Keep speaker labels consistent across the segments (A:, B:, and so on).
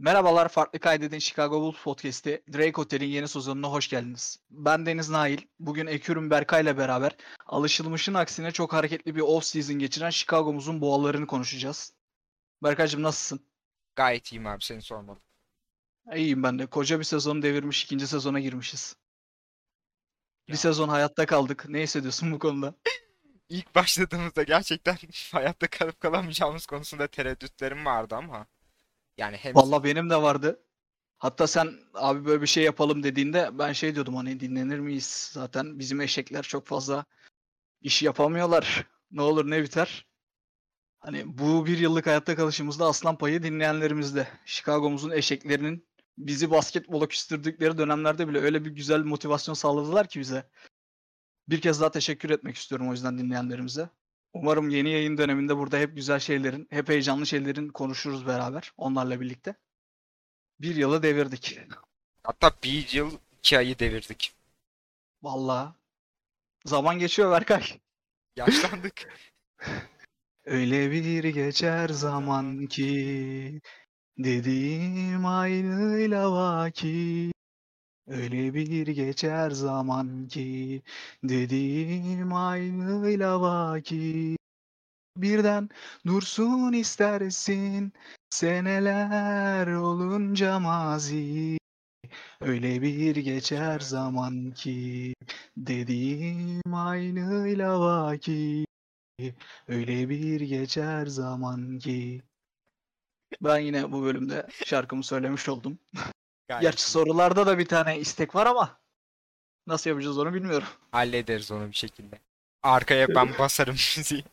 A: Merhabalar, Farklı Kaydedin Chicago Bulls Podcast'i Drake Hotel'in yeni sezonuna hoş geldiniz. Ben Deniz Nail. Bugün Ekürüm Berkay ile beraber alışılmışın aksine çok hareketli bir off-season geçiren Chicago'muzun boğalarını konuşacağız. Berkaycığım nasılsın?
B: Gayet iyiyim abi seni sormadım.
A: İyiyim ben de. Koca bir sezonu devirmiş, ikinci sezona girmişiz. Bir
B: Ya
A: sezon hayatta kaldık. Ne hissediyorsun bu konuda?
B: ilk başladığımızda gerçekten hayatta kalıp kalamayacağımız konusunda tereddütlerim vardı ama yani hem
A: Valla benim de vardı. Hatta sen abi böyle bir şey yapalım dediğinde ben şey diyordum hani dinlenir miyiz? Zaten bizim eşekler çok fazla iş yapamıyorlar. Ne olur ne biter. Hani bu bir yıllık hayatta kalışımızda aslan payı dinleyenlerimizde. Chicago'muzun eşeklerinin bizi basketbola küstürdükleri dönemlerde bile öyle bir güzel motivasyon sağladılar ki bize. Bir kez daha teşekkür etmek istiyorum o yüzden dinleyenlerimize. Umarım yeni yayın döneminde burada hep güzel şeylerin, hep heyecanlı şeylerin konuşuruz beraber onlarla birlikte. Bir yılı devirdik.
B: hatta bir yıl 2 ayı devirdik.
A: Vallahi zaman geçiyor Berkay.
B: Yaşlandık.
A: Öyle bir geçer
B: Her zaman
A: zaman ki dediğim aynıyla vakit. Öyle bir geçer zaman ki dediğim aynıyla vakit. Birden dursun istersin seneler olunca mazi. Öyle bir geçer
B: geçer zaman.
A: zaman ki dediğim aynıyla vakit. Öyle bir geçer zaman ki. Ben yine bu bölümde şarkımı söylemiş oldum. Gerçi
B: Gayet iyi.
A: sorularda da bir tane istek var ama nasıl yapacağız onu bilmiyorum.
B: Hallederiz onu bir şekilde. Arkaya ben basarım müziği.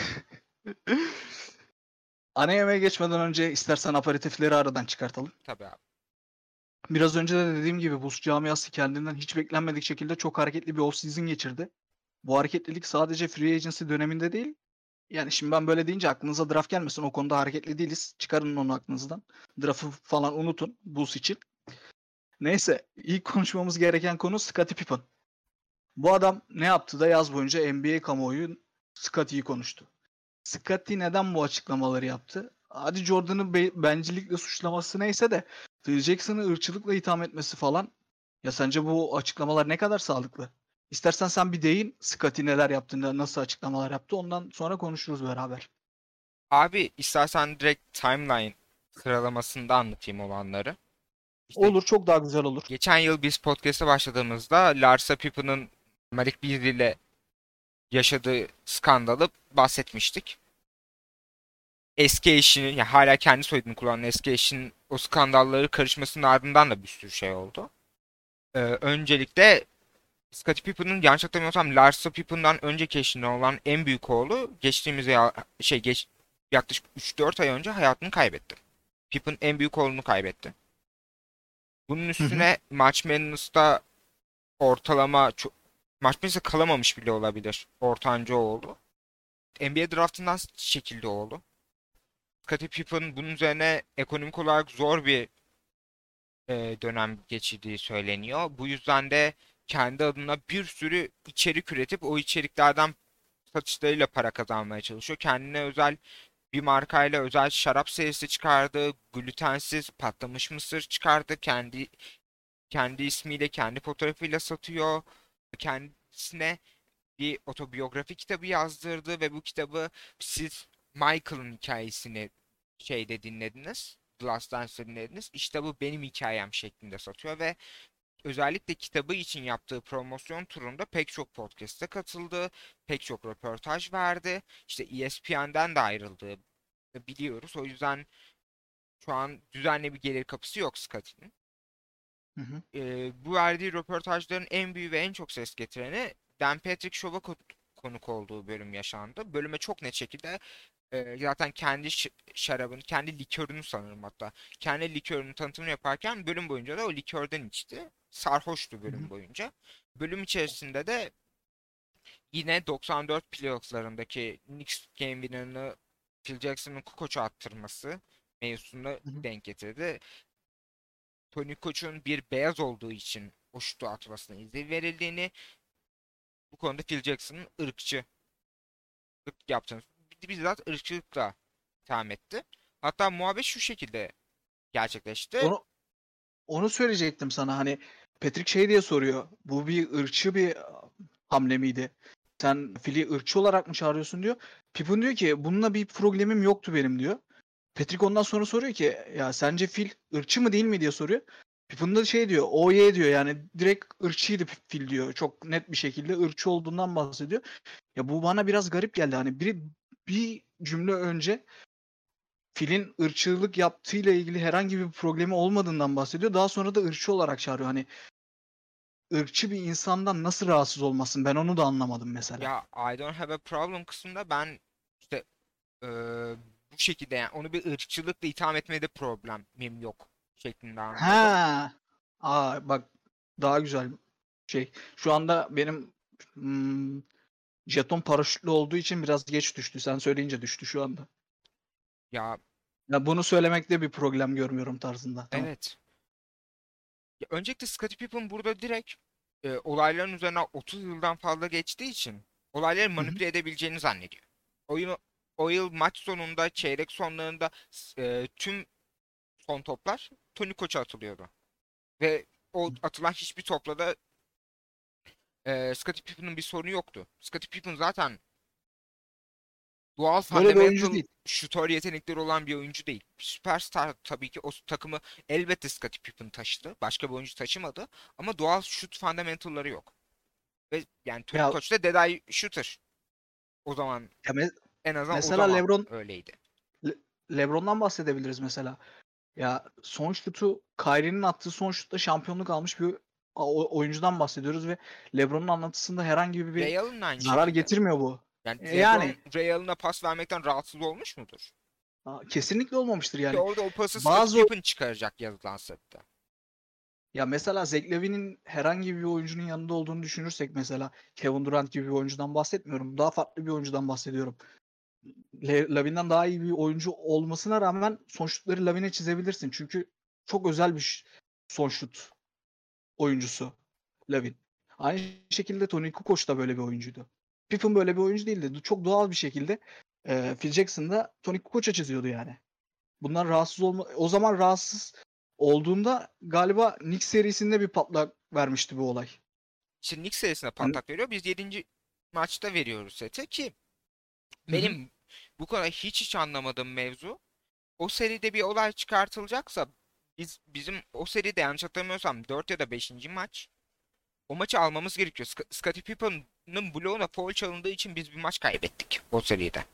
A: Ana yemeğe geçmeden önce istersen aperatifleri aradan çıkartalım.
B: Tabii abi.
A: Biraz önce de dediğim gibi Buz camiası kendinden hiç beklenmedik şekilde çok hareketli bir off-season geçirdi. Bu hareketlilik sadece free agency döneminde değil. Yani şimdi ben böyle deyince aklınıza draft gelmesin. O konuda hareketli değiliz. Çıkarın onu aklınızdan. Draft'ı falan unutun Buz için. Neyse ilk konuşmamız gereken konu Scottie Pippen. Bu adam ne yaptı da yaz boyunca NBA kamuoyu Scottie'yi konuştu. Scottie neden bu açıklamaları yaptı? Hadi Jordan'ı bencillikle suçlaması neyse de Phil Jackson'ı ırkçılıkla itham etmesi falan. Ya sence bu açıklamalar ne kadar sağlıklı? İstersen sen bir değin Scottie neler yaptığında nasıl açıklamalar yaptı ondan sonra konuşuruz beraber.
B: Abi istersen direkt timeline sıralamasında anlatayım olanları. İşte
A: Olur çok daha güzel olur.
B: geçen yıl biz podcast'a başladığımızda Larsa Pippen'ın Malik Beasley ile yaşadığı skandalı bahsetmiştik. Eski eşinin, yani hala kendi soyadını kullanan eski eşinin o skandalları karışmasının ardından da bir sürü şey oldu. Öncelikle Scottie Pippen'ın yanlış hatırlamıyorsam Larsa Pippen'dan önceki eşinden olan en büyük oğlu geçtiğimiz yaklaşık 3-4 ay önce hayatını kaybetti. Pippen en büyük oğlunu kaybetti. Bunun
A: Hı hı.
B: üstüne March Madness'ta March Madness'ta kalamamış bile olabilir ortanca oğlu. NBA draftından çekildi oğlu. Scottie Pippen bunun üzerine ekonomik olarak zor bir dönem geçirdiği söyleniyor. Bu yüzden de kendi adına bir sürü içerik üretip o içeriklerden satışlarıyla para kazanmaya çalışıyor. Kendine özel bir markayla özel şarap serisi çıkardı. Glutensiz patlamış mısır çıkardı. Kendi ismiyle, kendi fotoğrafıyla satıyor. Kendisine bir otobiyografi kitabı yazdırdı ve bu kitabı siz Michael'ın hikayesini dinlediniz. The Last Dance'ı dinlediniz. İşte bu benim hikayem şeklinde satıyor ve özellikle kitabı için yaptığı promosyon turunda pek çok podcast'e katıldı. Pek çok röportaj verdi. İşte ESPN'den de ayrıldığı biliyoruz. O yüzden şu an düzenli bir gelir kapısı yok Scott'in.
A: Hı hı.
B: Bu verdiği röportajların en büyüğü ve en çok ses getireni Dan Patrick Show'a konuk olduğu bölüm yaşandı. Bölüme çok net şekilde zaten kendi şarabını, kendi likörünü sanırım hatta. Kendi likörünün tanıtımını yaparken bölüm boyunca da o likörden içti. Sarhoştu
A: Hı hı.
B: bölüm boyunca. Bölüm içerisinde de yine 94 playofflarındaki Knicks game winner'ını Phil Jackson'ın Kukoç'a attırması mevzusunu
A: Hı hı.
B: denk getirdi. Tony Koç'un bir beyaz olduğu için o şutu atmasına izin verildiğini, bu konuda Phil Jackson'ın ırkçılık yaptığını, bizzat ırkçılıkla itham etti. Hatta muhabbet şu şekilde gerçekleşti.
A: Onu söyleyecektim sana. Hani Patrick şey diye soruyor. Bu bir ırkçı bir hamle miydi? Sen Phil'i ırkçı olarak mı çağırıyorsun diyor. Pippen diyor ki bununla bir problemim yoktu benim diyor. Patrick ondan sonra soruyor ki ya sence Phil ırkçı mı değil mi diye soruyor. Pippen da şey diyor. Oh yeah diyor. Yani direkt ırkçıydı Phil diyor. Çok net bir şekilde ırkçı olduğundan bahsediyor. Ya bu bana biraz garip geldi. Hani bir cümle önce Phil'in ırkçılık yaptığıyla ilgili herhangi bir problemi olmadığından bahsediyor. Daha sonra da ırkçı olarak çağırıyor. Hani ırkçı bir insandan nasıl rahatsız olmasın? Ben onu da anlamadım mesela.
B: Ya I don't have a problem kısmında ben işte bu şekilde, yani onu bir ırkçılıkla itham etmede problemim yok şeklinde anladım.
A: Ha. Aa bak daha güzel şey. Şu anda benim hmm, jeton paraşütlü olduğu için biraz geç düştü. Sen söyleyince düştü şu anda.
B: Ya
A: Ya bunu söylemekte bir problem görmüyorum tarzında. Tamam.
B: evet. Ya, öncelikle Scottie Pippen burada direkt olayların üzerine 30 yıldan fazla geçtiği için olayları
A: Hı hı.
B: manipüle edebileceğini zannediyor. O yıl maç sonunda, çeyrek sonlarında tüm son toplar Tony Koç'a atılıyordu. Ve o atılan hiçbir topla da Scottie Pippen'ın bir sorunu yoktu. Scottie Pippen zaten doğal
A: Böyle bir oyuncu
B: fundamental
A: değil.
B: şutör yetenekleri olan bir oyuncu değil. Süperstar tabii ki o takımı elbette Scottie Pippen taşıdı. Başka bir oyuncu taşımadı. Ama doğal şut fundamentalları yok. Ve yani Tony
A: Ya,
B: Koç da Dead Eye Shooter. O zaman,
A: ya
B: en azından o
A: mesela
B: zaman öyleydi.
A: Le- LeBron'dan bahsedebiliriz mesela. Ya son şutu Kyrie'nin attığı son şutla şampiyonluk almış bir oyuncudan bahsediyoruz ve LeBron'un anlatısında herhangi bir
B: Ray Allen da aynı
A: zarar
B: şekilde.
A: getirmiyor bu.
B: Yani
A: Yani
B: LeBron Ray Allen'a pas vermekten rahatsız olmuş mudur?
A: kesinlikle olmamıştır
B: Ki
A: yani.
B: orada o pası Scottie
A: Bazı
B: Pippen çıkaracak yazılan sette.
A: ya mesela Zach LaVine'in herhangi bir oyuncunun yanında olduğunu düşünürsek mesela Kevin Durant gibi bir oyuncudan bahsetmiyorum. Daha farklı bir oyuncudan bahsediyorum. Lavin'den daha iyi bir oyuncu olmasına rağmen son şutları Lavin'e çizebilirsin. Çünkü çok özel bir son şut oyuncusu Lavin. Aynı şekilde Toni Kukoc da böyle bir oyuncuydu. Pippen böyle bir oyuncu değildi. Çok doğal bir şekilde Phil Jackson da Toni Kukoc'a çiziyordu yani. Bundan rahatsız olma o zaman rahatsız olduğunda galiba Knicks serisinde bir patlak vermişti bu olay.
B: İşte Knicks serisinde
A: Yani,
B: patlak veriyor. Biz 7. maçta veriyoruz seti ki
A: hı hı.
B: benim bu kadar hiç anlamadığım mevzu, o seride bir olay çıkartılacaksa bizim o seride yanlış hatırlamıyorsam 4 ya da beşinci maç, o maçı almamız gerekiyor. Scottie Pippen'ın bloğuna foul çalındığı için biz bir maç kaybettik o seride.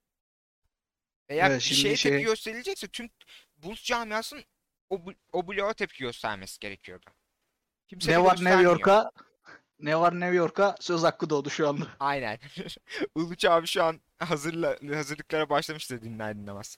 B: Eğer
A: Evet
B: bir
A: şimdi
B: şeye tepki gösterilecekse tüm Bulls camiasının o bloğa tepki göstermesi gerekiyordu. Kimse de
A: ne var New
B: göstermiyor.
A: York'a ne var New York'a söz hakkı doğdu şu anda.
B: Aynen. Uluç abi şu an hazırlıklara başlamıştır dinler dinlemez.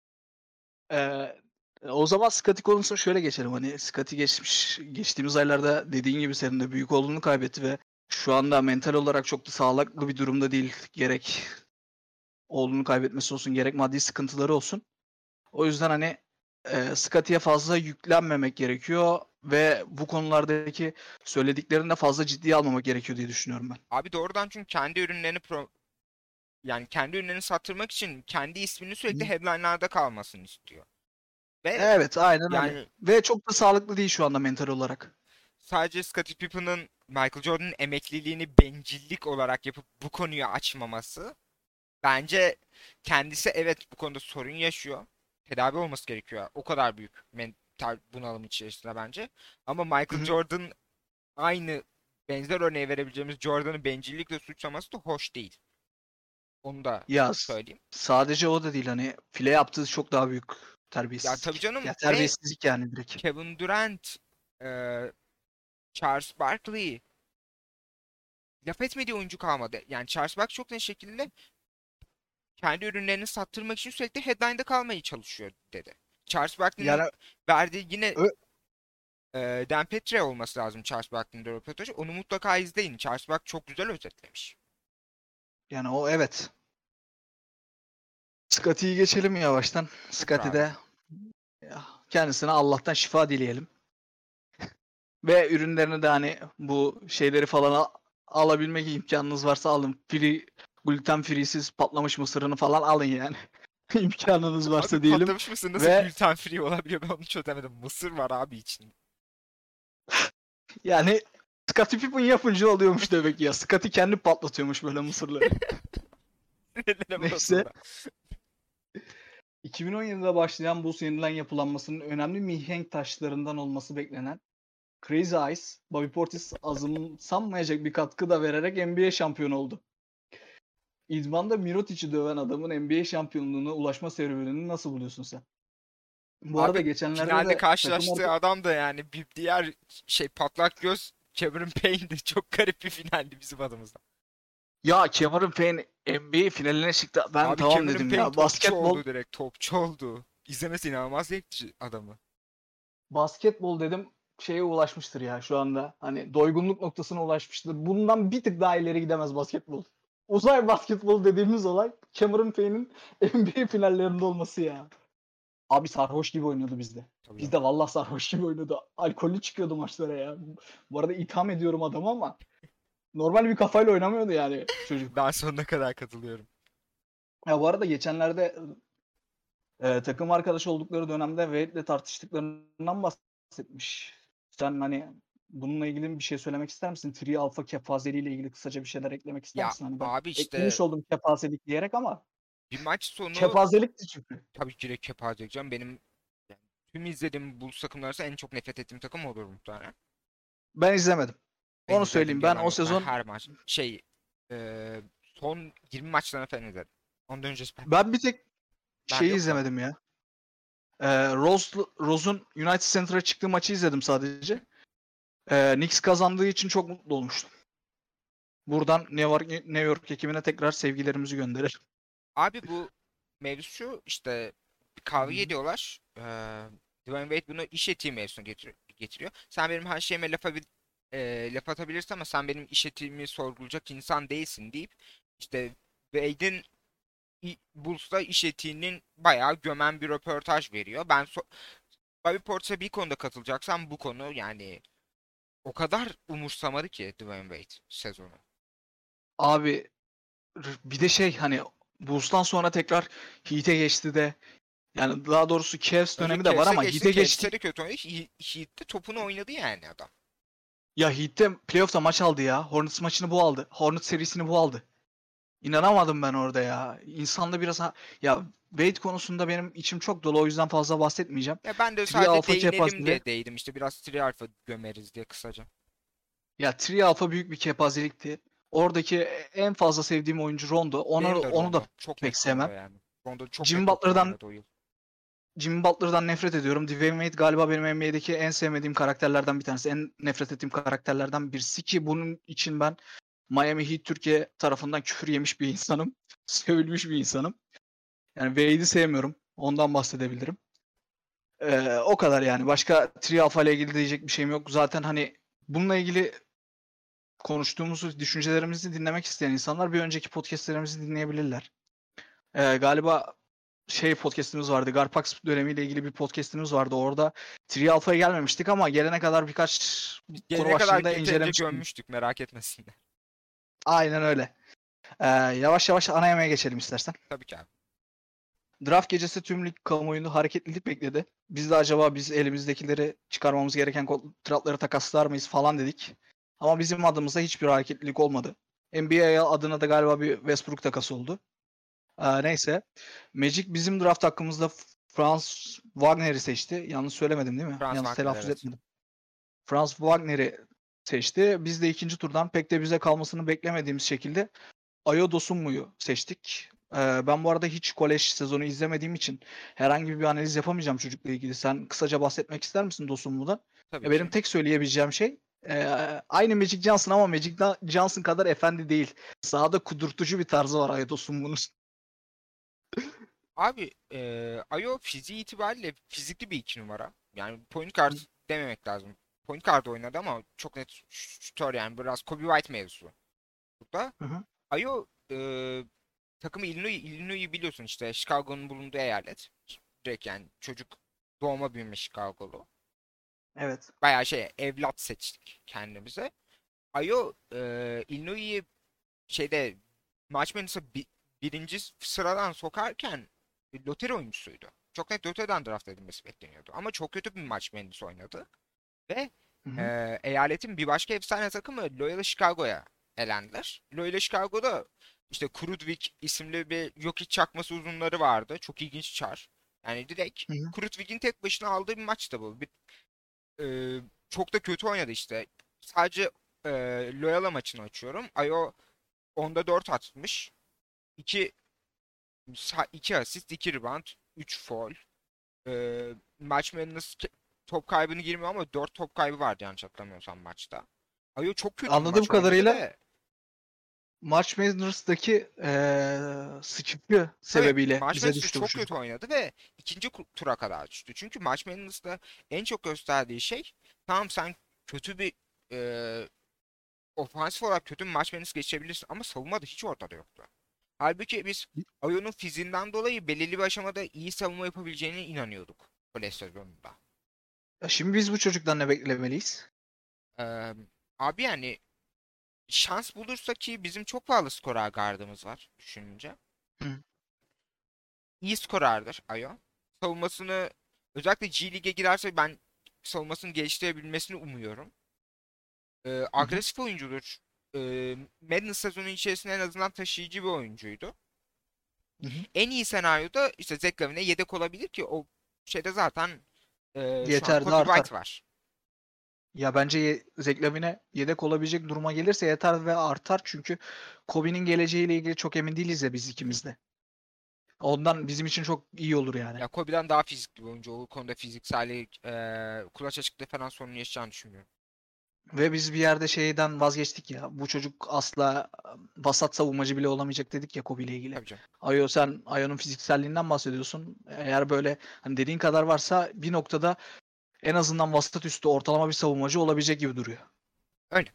A: Ee, O zaman Scottie konusuna şöyle geçelim. Hani Scottie geçtiğimiz aylarda dediğin gibi senin de büyük oğlunu kaybetti ve şu anda mental olarak çok da sağlıklı bir durumda değil. Gerek oğlunu kaybetmesi olsun gerek maddi sıkıntıları olsun. O yüzden hani Scottie'ye fazla yüklenmemek gerekiyor ve bu konulardaki söylediklerini de fazla ciddiye almamak gerekiyor diye düşünüyorum ben.
B: Abi doğrudan, çünkü kendi ürünlerini yani kendi ürünlerini sattırmak için kendi isminin sürekli
A: Hı.
B: headline'larda kalmasını istiyor. Ve
A: Evet, aynen öyle.
B: yani
A: Ve çok da sağlıklı değil şu anda mental olarak.
B: sadece Scottie Pippen'ın Michael Jordan'ın emekliliğini bencillik olarak yapıp bu konuyu açmaması, bence kendisi evet bu konuda sorun yaşıyor. Tedavi olması gerekiyor. O kadar büyük mental bunalım içerisinde bence. Ama
A: Hı
B: Michael
A: hı.
B: Jordan, aynı benzer örneği verebileceğimiz Jordan'ı bencillikle suçlaması da hoş değil. Onu da
A: Ya
B: söyleyeyim.
A: sadece o da değil hani file yaptığı çok daha büyük
B: Ya tabii
A: terbiyesizlik.
B: canım,
A: Ya
B: ve
A: terbiyesizlik yani direkt.
B: Kevin Durant, e, Charles Barkley, laf etmediği oyuncu kalmadı. Yani Charles Barkley çok net şekilde kendi ürünlerini sattırmak için sürekli headline'da kalmaya çalışıyor dedi. Charles Barkley'nin
A: Yani
B: verdiği yine
A: ö-
B: Dan Petre olması lazım Charles Barkley'nin de röportajı. Onu mutlaka izleyin. Charles Barkley çok güzel özetlemiş.
A: yani o evet. Scottie'yi geçelim yavaştan.
B: Olur
A: Scottie
B: abi.
A: de ya, kendisine Allah'tan şifa dileyelim. Ve ürünlerini de hani bu şeyleri falan alabilmek imkanınız varsa alın. Gluten free'siz patlamış mısırını falan alın yani. imkanınız
B: Abi
A: varsa diyelim.
B: patlamış mısır nasıl
A: Ve
B: gluten free olabiliyor, ben onu çözemedim. Mısır var abi içinde.
A: yani Scottie Pippen yapınca oluyormuş demek ya. Scottie kendi patlatıyormuş böyle mısırları.
B: Sinirlerim
A: Neyse.
B: bozuldu.
A: 2017'de başlayan Bulls yeniden yapılanmasının önemli mihenk taşlarından olması beklenen Crazy Eyes, Bobby Portis azımsanmayacak bir katkı da vererek NBA şampiyonu oldu. İdmanda Mirotic'i döven adamın NBA şampiyonluğuna ulaşma serüvenini nasıl buluyorsun sen? Bu arada
B: Abi
A: geçenlerde
B: finalde
A: de takım
B: karşılaştığı adam da yani bir diğer şey patlak göz Cameron Payne'di. Çok garip bir finaldi bizim adımızda.
A: ya Cameron Payne NBA finaline çıktı. Ben
B: Abi
A: tamam
B: Cameron
A: dedim
B: Payne
A: ya.
B: topçu
A: Basketbol
B: oldu, direkt topçu oldu. İzlemesi inanılmaz zevkli adamı.
A: basketbol dedim şeye ulaşmıştır ya şu anda. Hani doygunluk noktasına ulaşmıştır. Bundan bir tık daha ileri gidemez basketbol. Uzay basketbol dediğimiz olay Cameron Payne'in NBA finallerinde olması ya. Abi sarhoş gibi oynuyordu bizde.
B: Tabii canım.
A: Bizde vallahi sarhoş gibi oynuyordu. Alkollü çıkıyordu maçlara ya. Bu arada itham ediyorum adamı ama normal bir kafayla oynamıyordu yani çocuk.
B: Ben sonuna kadar katılıyorum.
A: Ya bu arada geçenlerde takım arkadaş oldukları dönemde Wade'le tartıştıklarından bahsetmiş. Sen hani bununla ilgili bir şey söylemek ister misin? Tri alfa kepazeliğiyle ilgili kısaca bir şeyler eklemek ister
B: Ya
A: misin? Hani ben
B: abi
A: eklemiş
B: işte
A: oldum kepazelik diyerek ama
B: bir maç sonu
A: kepazelikti çünkü.
B: tabii ki de kepaze edeceğim. Benim yani tüm izlediğim Bulls takımları arasında en çok nefret ettiğim takım olur muhtemelen.
A: Ben izlemedim.
B: Ben
A: Onu
B: izledim,
A: söyleyeyim. Ben
B: yalan
A: o
B: yok. Ben
A: sezon
B: her maç son 20 maçlarını falan izledim. Ondan öncesi
A: ben bir tek
B: ben de
A: şeyi
B: yok da.
A: izlemedim ya. Rose'un United Center'a çıktığı maçı izledim sadece. Knicks kazandığı için çok mutlu olmuştum. Buradan New York ekibine tekrar sevgilerimizi gönderelim.
B: Abi bu mevzu şu işte, bir
A: Hı
B: kavga
A: hı.
B: ediyorlar. Dwayne Wade bunu iş etiği mevzusuna getiriyor. Sen benim her şeyime laf atabilirsin ama sen benim iş etiğimi sorgulayacak insan değilsin deyip işte Wade'in Bulls'ta iş etiğinin bayağı gömen bir röportaj veriyor. Bobby Portis'e bir konuda katılacaksam bu konu, yani o kadar umursamadı ki Dwayne Wade sezonu.
A: Abi bir de şey hani Bulls'tan sonra tekrar Heat'e geçti de yani daha doğrusu Cavs
B: Önce
A: dönemi de var
B: Cavs'e
A: ama
B: geçti.
A: Heat'e
B: Cavs'te
A: geçtik.
B: de kötü oynadı. Heat'te topunu oynadı yani adam.
A: Ya Heat'te playoff'ta maç aldı ya. Hornets maçını bu aldı. Hornets serisini bu aldı. İnanamadım ben orada ya. İnsanda biraz ya Wade konusunda benim içim çok dolu o yüzden fazla bahsetmeyeceğim.
B: Ya ben de
A: Tri
B: sadece
A: Alpha
B: değinelim
A: kepazeli.
B: diye değdim. İşte biraz Tri Alpha gömeriz diye kısaca.
A: Ya Tri Alpha büyük bir kepazelikti. Oradaki en fazla sevdiğim oyuncu Rondo. Onu
B: Benim de
A: onu da
B: Rondo. Çok
A: pek
B: net Rondo
A: sevmem.
B: yani. Rondo çok net
A: Jimmy
B: topunu
A: Butler'dan
B: oynadı o yıl.
A: Jimmy Butler'dan nefret ediyorum. Dwayne Wade galiba benim NBA'deki en sevmediğim karakterlerden bir tanesi. En nefret ettiğim karakterlerden birisi ki bunun için ben Miami Heat Türkiye tarafından küfür yemiş bir insanım. Sövülmüş bir insanım. Yani Wade'i sevmiyorum. Ondan bahsedebilirim. O kadar yani. Başka Tri Alpha ile ilgili diyecek bir şeyim yok. Zaten hani bununla ilgili konuştuğumuz düşüncelerimizi dinlemek isteyen insanlar bir önceki podcastlerimizi dinleyebilirler. Galiba şey podcast'imiz vardı. Garpax dönemiyle ilgili bir podcast'imiz vardı. Orada Tri Alpha'ya gelmemiştik ama gelene kadar birkaç konu
B: Gelene kadar
A: başlığında
B: yeterince
A: incelemiştim.
B: gömmüştük, merak etmesinler.
A: Aynen öyle. Yavaş yavaş ana yemeğe geçelim istersen.
B: Tabii ki abi.
A: Draft gecesi tüm lig kamuoyunu hareketlilik bekledi. Biz de acaba biz elimizdekileri çıkarmamız gereken kontratları takaslar mıyız falan dedik. Ama bizim adımızda hiçbir hareketlilik olmadı. NBA adına da galiba bir Westbrook takası oldu. Neyse. Magic bizim draft hakkımızda Franz Wagner'i seçti. Yanlış söylemedim değil mi?
B: Franz
A: Yanlış
B: Wagner,
A: telaffuz
B: evet.
A: etmedim. Franz Wagner'i seçti. Biz de ikinci turdan pek de bize kalmasını beklemediğimiz şekilde Ayo Dosunmu'yu seçtik. Ben bu arada hiç kolej sezonu izlemediğim için herhangi bir analiz yapamayacağım çocukla ilgili. Sen kısaca bahsetmek ister misin Dosunmu'dan?
B: Tabii
A: Benim
B: ki.
A: tek söyleyebileceğim şey aynı Magic Johnson ama Magic Johnson kadar efendi değil. Sahada kudurtucu bir tarzı var Ayo Dosunmu'nun.
B: Abi Ayo fiziği itibariyle fizikli bir iki numara. Yani point guard dememek lazım. Point guard oynadı ama çok net şutör, yani biraz Kobe White mevzusu. Burada
A: Hı hı.
B: Ayo takımı Illinois'i biliyorsun, işte Chicago'nun bulunduğu eyalet. Direkt yani çocuk doğma büyüme Chicago'lu.
A: Evet.
B: Bayağı şey, evlat seçtik kendimize. Ayo Illinois'i şeyde maç menüsü birinci sıradan sokarken loteri oyuncusuydu. Çok net loteriden draft edilmesi bekleniyordu. Ama çok kötü bir maç mühendisi oynadı. Ve
A: Hı hı.
B: eyaletin bir başka efsane takımı Loyola Chicago'ya elendiler. Loyola Chicago'da işte Krudvik isimli bir Jokic çakması uzunları vardı. Çok ilginç çar. Yani direkt
A: Hı hı.
B: Krudvik'in tek başına aldığı bir maçtı bu. Çok da kötü oynadı işte. Sadece e, Loyola maçını açıyorum. Ayo onda 4 atmış. 2 2 asist, 2 rebound, 3 foul. Maç Madness top kaybını girmiyor ama 4 top kaybı vardı yanlış hatırlamıyorsam maçta. Ayo çok kötü bir
A: Anladığım
B: maç oynadı
A: kadarıyla
B: ve
A: March Maders'daki sıkıntı
B: tabii
A: sebebiyle
B: March
A: bize
B: Madness'ı
A: düştü bu
B: çok kötü
A: çocuk.
B: oynadı ve ikinci tura kadar düştü. Çünkü March Madness'ta en çok gösterdiği şey, tamam sen kötü bir e, ofansif olarak kötü bir March Madness geçebilirsin ama savunmada hiç ortada yoktu. Halbuki biz Ayo'nun fiziğinden dolayı belirli bir aşamada iyi savunma yapabileceğine inanıyorduk kolej sezonunda.
A: Ya şimdi biz bu çocuktan ne beklemeliyiz?
B: Ee, Abi yani şans bulursa, ki bizim çok pahalı skorer gardımız var düşününce.
A: Hı
B: İyi skorerdir Ayo. Savunmasını, özellikle G League'e girerse ben savunmasını geliştirebilmesini umuyorum.
A: hı. Hı.
B: Agresif oyuncudur. Madness sezonu içerisinde en azından taşıyıcı bir oyuncuydu.
A: Hı hı.
B: En iyi senaryoda işte Zach Lavine'e yedek olabilir ki o şeyde zaten şu an
A: Yeter de
B: Kobe
A: artar.
B: White var.
A: Ya bence Zach LaVine'e yedek olabilecek duruma gelirse yeter ve artar çünkü Kobe'nin geleceğiyle ilgili çok emin değiliz ya biz ikimiz de. Ondan bizim için çok iyi olur yani.
B: Ya Kobe'den daha fizikli bir oyuncu. O konuda fiziksel kulaç açıklığı falan sorunu yaşayacağını düşünmüyorum.
A: Ve biz bir yerde şeyden vazgeçtik ya. Bu çocuk asla vasat savunmacı bile olamayacak dedik ya Kobe ile ilgili.
B: Tabii canım.
A: Ayo'nun fizikselliğinden bahsediyorsun. Eğer böyle hani dediğin kadar varsa bir noktada en azından vasat üstü ortalama bir savunmacı olabilecek gibi duruyor.
B: Öyle.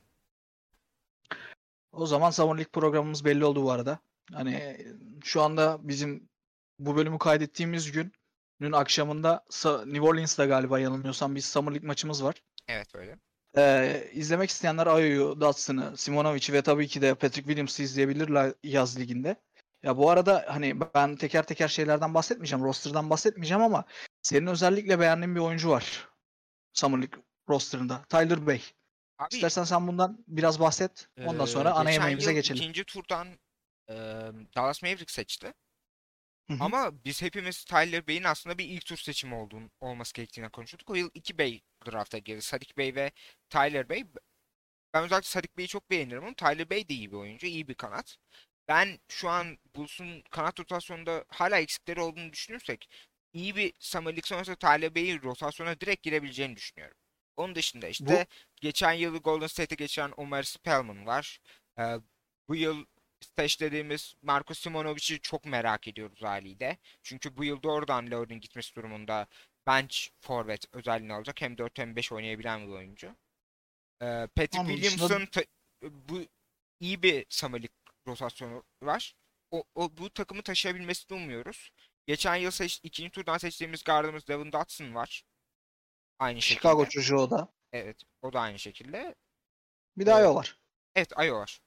A: O zaman Summer League programımız belli oldu bu arada. Hani şu anda bizim bu bölümü kaydettiğimiz günün akşamında New Orleans'ta galiba yanılmıyorsam bir Summer League maçımız var.
B: Evet öyle.
A: İzlemek isteyenler Ayo'yu, Dotson'ı, Simonovic'i ve tabii ki de Patrick Williams'ı izleyebilirler yaz liginde. Ya bu arada hani ben teker teker şeylerden bahsetmeyeceğim, roster'dan bahsetmeyeceğim ama senin özellikle beğendiğin bir oyuncu var Summer League roster'ında. Tyler Bey.
B: Abi
A: İstersen sen bundan biraz bahset. Ondan sonra ana
B: geçen
A: yemeğimize
B: yıl
A: geçelim.
B: ikinci turdan e, Dallas Mavericks seçti.
A: Hı hı.
B: Ama biz hepimiz Tyler Bey'in aslında bir ilk tur seçimi olması gerektiğini konuşuyorduk. O yıl iki Bey draft'a girdi. Sadik Bey ve Tyler Bey. Ben özellikle Sadik Bey'i çok beğenirim ama Tyler Bey de iyi bir oyuncu, iyi bir kanat. Ben şu an Bulls'un kanat rotasyonunda hala eksikleri olduğunu düşünürsek iyi bir Summer League sonrası Tyler Bey'in rotasyona direkt girebileceğini düşünüyorum. Onun dışında
A: Bu
B: işte geçen yıl Golden State'e geçen Omar Spellman var. Bu yıl seçtiğimiz Marko Simonovic'i çok merak ediyoruz haliyle. Çünkü bu yıl doğrudan Lord'un gitmesi durumunda bench forvet özelliğini alacak. Hem 4 hem 5 oynayabilen bir oyuncu. Patrick
A: onun dışında
B: Williams'ın bu iyi bir Summer League rotasyonu var. Bu takımı taşıyabilmesini umuyoruz. Geçen yıl ikinci turdan seçtiğimiz gardımız Devin Dotson var. Aynı
A: Chicago
B: şekilde.
A: çocuğu o da.
B: Evet, o da aynı şekilde.
A: Bir daha
B: Ee,
A: yol var.
B: evet, Ayo var.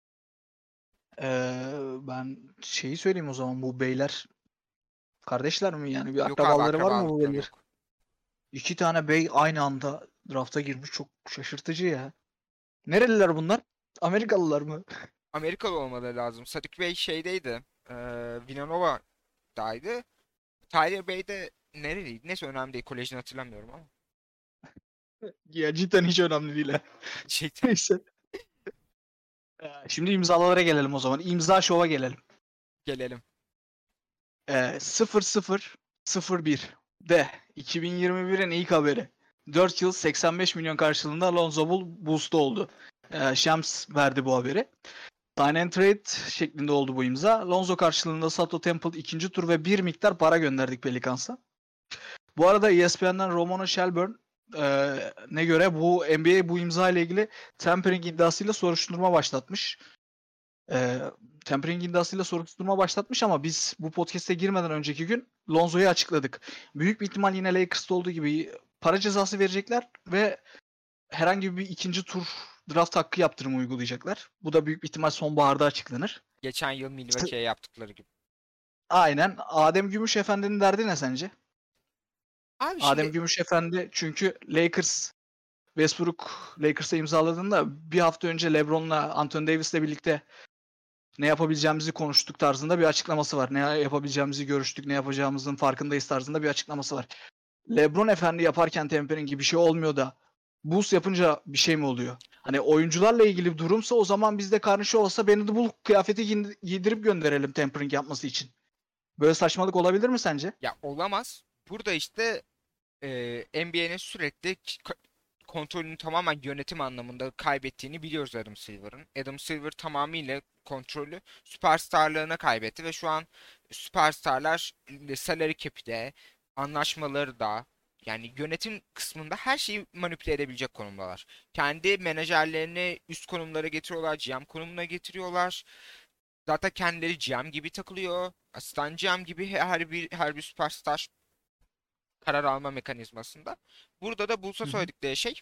A: Ben şeyi söyleyeyim o zaman bu beyler kardeşler mi yani bir
B: Yok abi,
A: akrabaları var mı bu
B: akrabalıkları
A: beyler?
B: yok.
A: İki tane bey aynı anda drafta girmiş çok şaşırtıcı ya. Nereliler bunlar? Amerikalılar mı?
B: Amerikalı olmaları lazım. Sadik Bey şeydeydi. Villanova'daydı. Tyler Bey de nereliydi? Neyse önemli değil. Kolejini hatırlamıyorum ama.
A: Ya cidden hiç önemli değil ha.
B: Şey,
A: Neyse. Şimdi imzalara gelelim o zaman. İmza şova gelelim.
B: gelelim.
A: 0001 de 2021'in ilk haberi. 4 yıl 85 milyon karşılığında Lonzo Ball boost'u oldu. Shams verdi bu haberi. Sign and trade şeklinde oldu bu imza. Lonzo karşılığında Sato Temple ikinci tur ve bir miktar para gönderdik Pelicans'a. Bu arada ESPN'den Romano Shelburne ne göre bu NBA bu imza ile ilgili tampering iddiasıyla soruşturma başlatmış. E, Tampering iddiasıyla soruşturma başlatmış ama biz bu podcast'e girmeden önceki gün Lonzo'yu açıkladık. Büyük bir ihtimal yine Lakers'ta olduğu gibi para cezası verecekler ve herhangi bir ikinci tur draft hakkı yaptırımı uygulayacaklar. Bu da büyük bir ihtimal sonbaharda açıklanır.
B: Geçen yıl
A: S-
B: Milwaukee'ye yaptıkları gibi.
A: Aynen. Adem Gümüşefendi'nin derdi ne sence?
B: Abi
A: Adem
B: şimdi
A: Gümüşefendi çünkü Westbrook Lakers'a imzaladığında bir hafta önce LeBron'la Anthony Davis'le birlikte ne yapabileceğimizi konuştuk tarzında bir açıklaması var. Ne yapabileceğimizi görüştük, ne yapacağımızın farkındayız tarzında bir açıklaması var. LeBron efendi yaparken temperingi bir şey olmuyor da Bulls yapınca bir şey mi oluyor? Hani oyuncularla ilgili bir durumsa o zaman bizde karşı olsa beni de Bulls kıyafeti giydirip gönderelim tempering yapması için. Böyle saçmalık olabilir mi sence?
B: ya olamaz. Burada işte NBA'nin sürekli kontrolünü tamamen yönetim anlamında kaybettiğini biliyoruz Adam Silver'ın. Adam Silver tamamıyla kontrolü süperstarlığına kaybetti ve şu an süperstarlar salary cap'i de anlaşmaları da yani yönetim kısmında her şeyi manipüle edebilecek konumdalar. Kendi menajerlerini üst konumlara getiriyorlar, GM konumuna getiriyorlar. Zaten kendileri GM gibi takılıyor. Asistan GM gibi her bir süperstar karar alma mekanizmasında. Burada da Bulls'a
A: Hı hı.
B: söyledikleri şey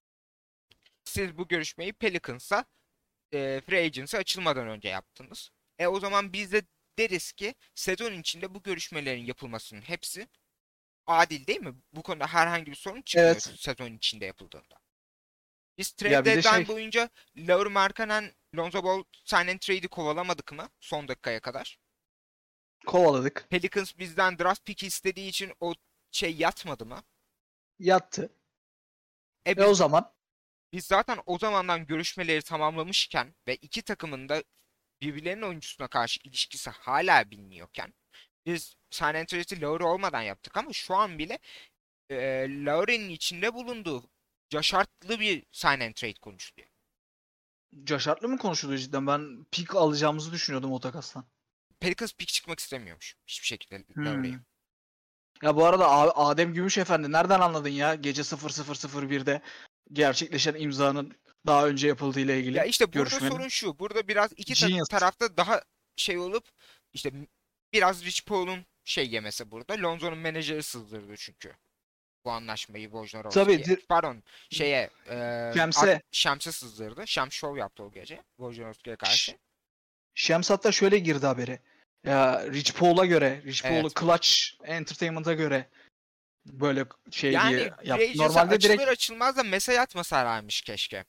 B: siz bu görüşmeyi Pelicans'a free agency açılmadan önce yaptınız. O zaman biz de deriz ki sezon içinde bu görüşmelerin yapılmasının hepsi adil değil mi? Bu konuda herhangi bir sorun çıkmıyor
A: Evet.
B: sezon içinde yapıldığında. Biz trade
A: Ya bir de
B: deadline
A: şey
B: boyunca Lauri Markkanen, Lonzo Ball sign and trade'i kovalamadık mı son dakikaya kadar?
A: kovaladık.
B: Pelicans bizden draft pick istediği için o şey yatmadı mı?
A: Yattı.
B: E
A: O
B: biz
A: zaman
B: Biz zaten o zamandan görüşmeleri tamamlamışken ve iki takımın da birbirlerinin oyuncusuna karşı ilişkisi hala bilmiyorken biz sign and trade'i Lowry olmadan yaptık ama şu an bile Lowry'nin içinde bulunduğu caşartlı bir sign and trade konuşuluyor.
A: Caşartlı mı konuşuluyor cidden? Ben pik alacağımızı düşünüyordum o takastan.
B: Pelicans pick çıkmak istemiyormuş hiçbir şekilde Lowry'ye.
A: Hmm. Ya bu arada Adem Gümüşefendi nereden anladın ya gece 00.01'de gerçekleşen imzanın daha önce yapıldığı ile
B: Ya
A: ilgili
B: işte burada
A: görüşmenin?
B: sorun şu. Burada biraz iki
A: Genius.
B: tarafta daha şey olup işte biraz Rich Paul'un şey yemesi burada. Lonzo'nun menajeri sızdırdı çünkü. Bu anlaşmayı
A: Tabii
B: Wojnarowski'ye. Pardon şeye
A: Şems'e
B: Şems'e sızdırdı. Şems şov yaptı o gece Wojnarowski'ye
A: Ş-
B: karşı.
A: Şems hatta şöyle girdi haberi. Ya Rich Paul'u
B: Evet.
A: Clutch Entertainment'a göre böyle şey diye
B: Yani free
A: yaptı.
B: agency
A: Normalde
B: açılır
A: direkt
B: açılmaz da mesaj atmasaymış keşke.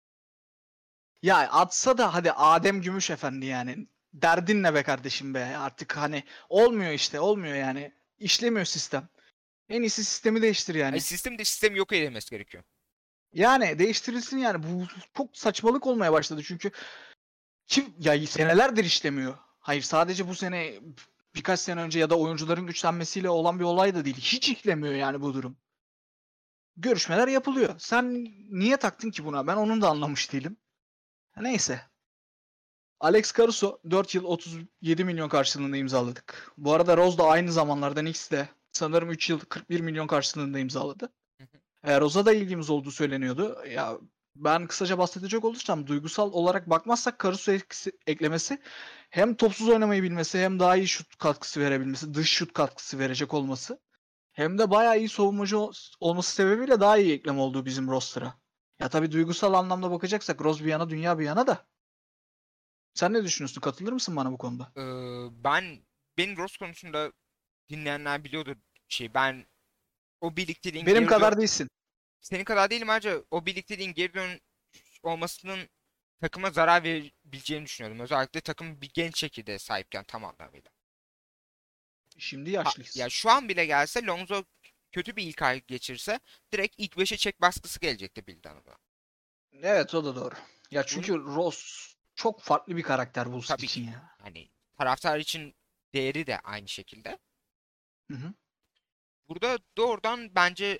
A: ya atsa da hadi Adem Gümüşefendi yani. Derdin ne be kardeşim be artık hani olmuyor işte olmuyor yani. İşlemiyor sistem. En iyisi sistemi değiştir
B: Ay
A: yani.
B: sistemi yok edilmesi gerekiyor.
A: Yani değiştirilsin yani. Bu çok saçmalık olmaya başladı çünkü kim ya senelerdir işlemiyor. Hayır sadece bu sene birkaç sene önce ya da oyuncuların güçlenmesiyle olan bir olay da değil. Hiç işlemiyor yani bu durum. Görüşmeler yapılıyor. Sen niye taktın ki buna? Ben onun da anlamış değilim. Neyse. Alex Caruso 4 yıl 37 milyon karşılığında imzaladık. Bu arada Rose da aynı zamanlarda Knicks'te sanırım 3 yıl 41 milyon karşılığında imzaladı. Rose'a da ilgimiz olduğu söyleniyordu. Ya ben kısaca bahsedecek olursam duygusal olarak bakmazsak Caruso eklemesi hem topsuz oynamayı bilmesi hem daha iyi şut katkısı verebilmesi, dış şut katkısı verecek olması hem de bayağı iyi savunmacı olması sebebiyle daha iyi eklem olduğu bizim roster'a. Ya tabii duygusal anlamda bakacaksak Rose bir yana dünya bir yana da. Sen ne düşünüyorsun? Katılır mısın bana bu konuda?
B: Benim Ross konusunda dinleyenler biliyordur ben o birlikteliğin
A: Benim kadar değilsin.
B: senin kadar değilim ayrıca o birlikteliğin geri dön olmasının takıma zarar verebileceğini düşünüyordum. Özellikle takım bir genç şekilde sahipken tam anlamıyla.
A: Şimdi
B: Ya
A: yaşlıyız.
B: şu an bile gelse Lonzo kötü bir ilk ay geçirse direkt ilk 5'e çek baskısı gelecekti Bildan'a.
A: Evet o da doğru. Ya
B: Bunu
A: çünkü Rose çok farklı bir karakter Bulls
B: tabii ki
A: için ya.
B: hani taraftar için değeri de aynı şekilde.
A: Hı hı.
B: Burada doğrudan bence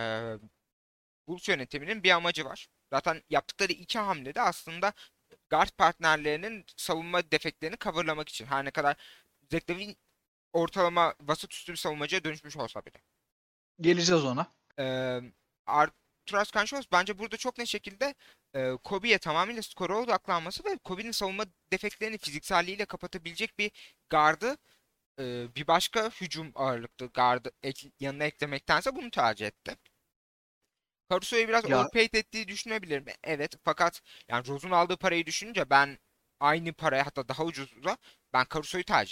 B: Bulls yönetiminin bir amacı var. Zaten yaptıkları iki hamle de aslında guard partnerlerinin savunma defeklerini coverlamak için. Her ne kadar Zach LaVine ortalama vasat üstü bir savunmacıya dönüşmüş olsa bile.
A: Geleceğiz ona.
B: Ee, Arturas Kanşos bence burada çok net şekilde Kobe'ye tamamıyla skora odaklanması ve Kobe'nin savunma defeklerini fizikselliğiyle kapatabilecek bir gardı bir başka hücum ağırlıklı gardı yanına eklemektense bunu tercih etti. Caruso'yu biraz
A: Ya
B: overpaid ettiği düşünebilirim. Evet fakat Rose'un aldığı parayı düşününce ben aynı paraya hatta daha ucuza ben Caruso'yu tercih ederim.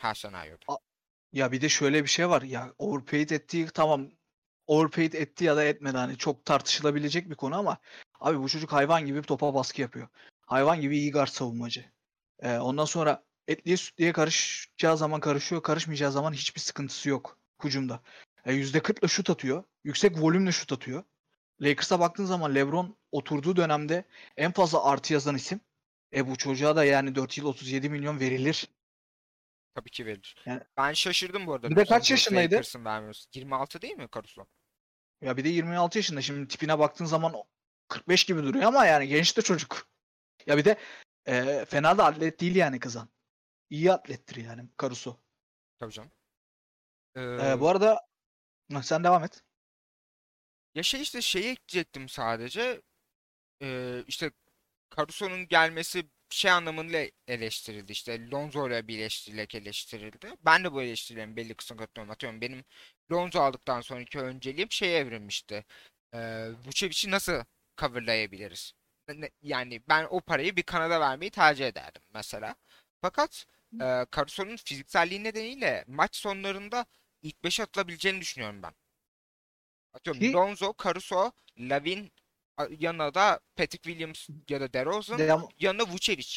B: her senaryoda.
A: Ya bir de şöyle bir şey var. Ya overpaid ettiği tamam, overpaid etti ya da etmedi, hani çok tartışılabilecek bir konu ama abi bu çocuk hayvan gibi topa baskı yapıyor. Hayvan gibi iyi guard savunmacı. Ondan sonra etliye sütliye karışacağı zaman karışıyor, karışmayacağı zaman hiçbir sıkıntısı yok hücumda. %40'la şut atıyor. Yüksek volümle şut atıyor. Lakers'a baktığın zaman LeBron oturduğu dönemde en fazla artı yazan isim. Bu çocuğa da yani 4 yıl 37 milyon verilir.
B: Tabii ki verir.
A: Yani
B: Ben şaşırdım bu arada
A: bir de
B: Los
A: kaç
B: Angeles
A: yaşındaydı?
B: Lakers'ın vermiyorsun. 26 değil mi Caruso?
A: Ya bir de 26 yaşında. Şimdi tipine baktığın zaman 45 gibi duruyor ama yani genç de çocuk. Ya bir de fena da atlet değil yani kızan. İyi atlettir yani Caruso.
B: Tabii canım.
A: Bu arada sen devam et.
B: Ya şey işte şeyi ekleyecektim sadece. İşte Caruso'nun gelmesi şey anlamında eleştirildi. İşte Lonzo ile birleştirilerek eleştirildi. Ben de bu eleştirilerin belli kısmına katılıyorum. Atıyorum benim Lonzo aldıktan sonraki önceliğim şeye evrilmişti. Vucevic'i nasıl coverlayabiliriz? Yani ben o parayı bir Kanada vermeyi tercih ederdim mesela. Fakat Caruso'nun fizikselliği nedeniyle maç sonlarında ilk 5'e atılabileceğini düşünüyorum ben. Atıyorum
A: Ki
B: Lonzo, Caruso, Lavin, yanına da Patrick Williams ya da DeRozan,
A: devam
B: yanına Vucevic.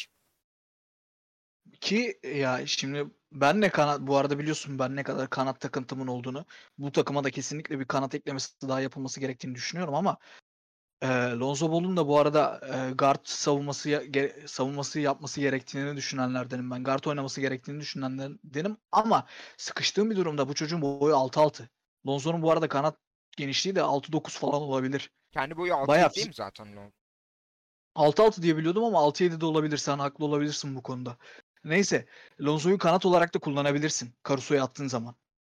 A: ki ya şimdi ben ne kanat, bu arada biliyorsun ben ne kadar kanat takıntımın olduğunu, bu takıma da kesinlikle bir kanat eklemesi daha yapılması gerektiğini düşünüyorum ama Lonzo Ball'un da bu arada guard savunması savunması yapması gerektiğini düşünenlerdenim ben. Guard oynaması gerektiğini düşünenlerdenim ama sıkıştığım bir durumda bu çocuğun boyu 6'6. Lonzo'nun bu arada kanat genişliği de 6-9 falan olabilir.
B: Kendi boyu
A: Bayağı
B: 6-7 değil
A: fizik
B: mi zaten Lonzo?
A: 6-6 diye biliyordum ama 6-7 de olabilir. Sen haklı olabilirsin bu konuda. Neyse, Lonzo'yu kanat olarak da kullanabilirsin Caruso'ya attığın zaman.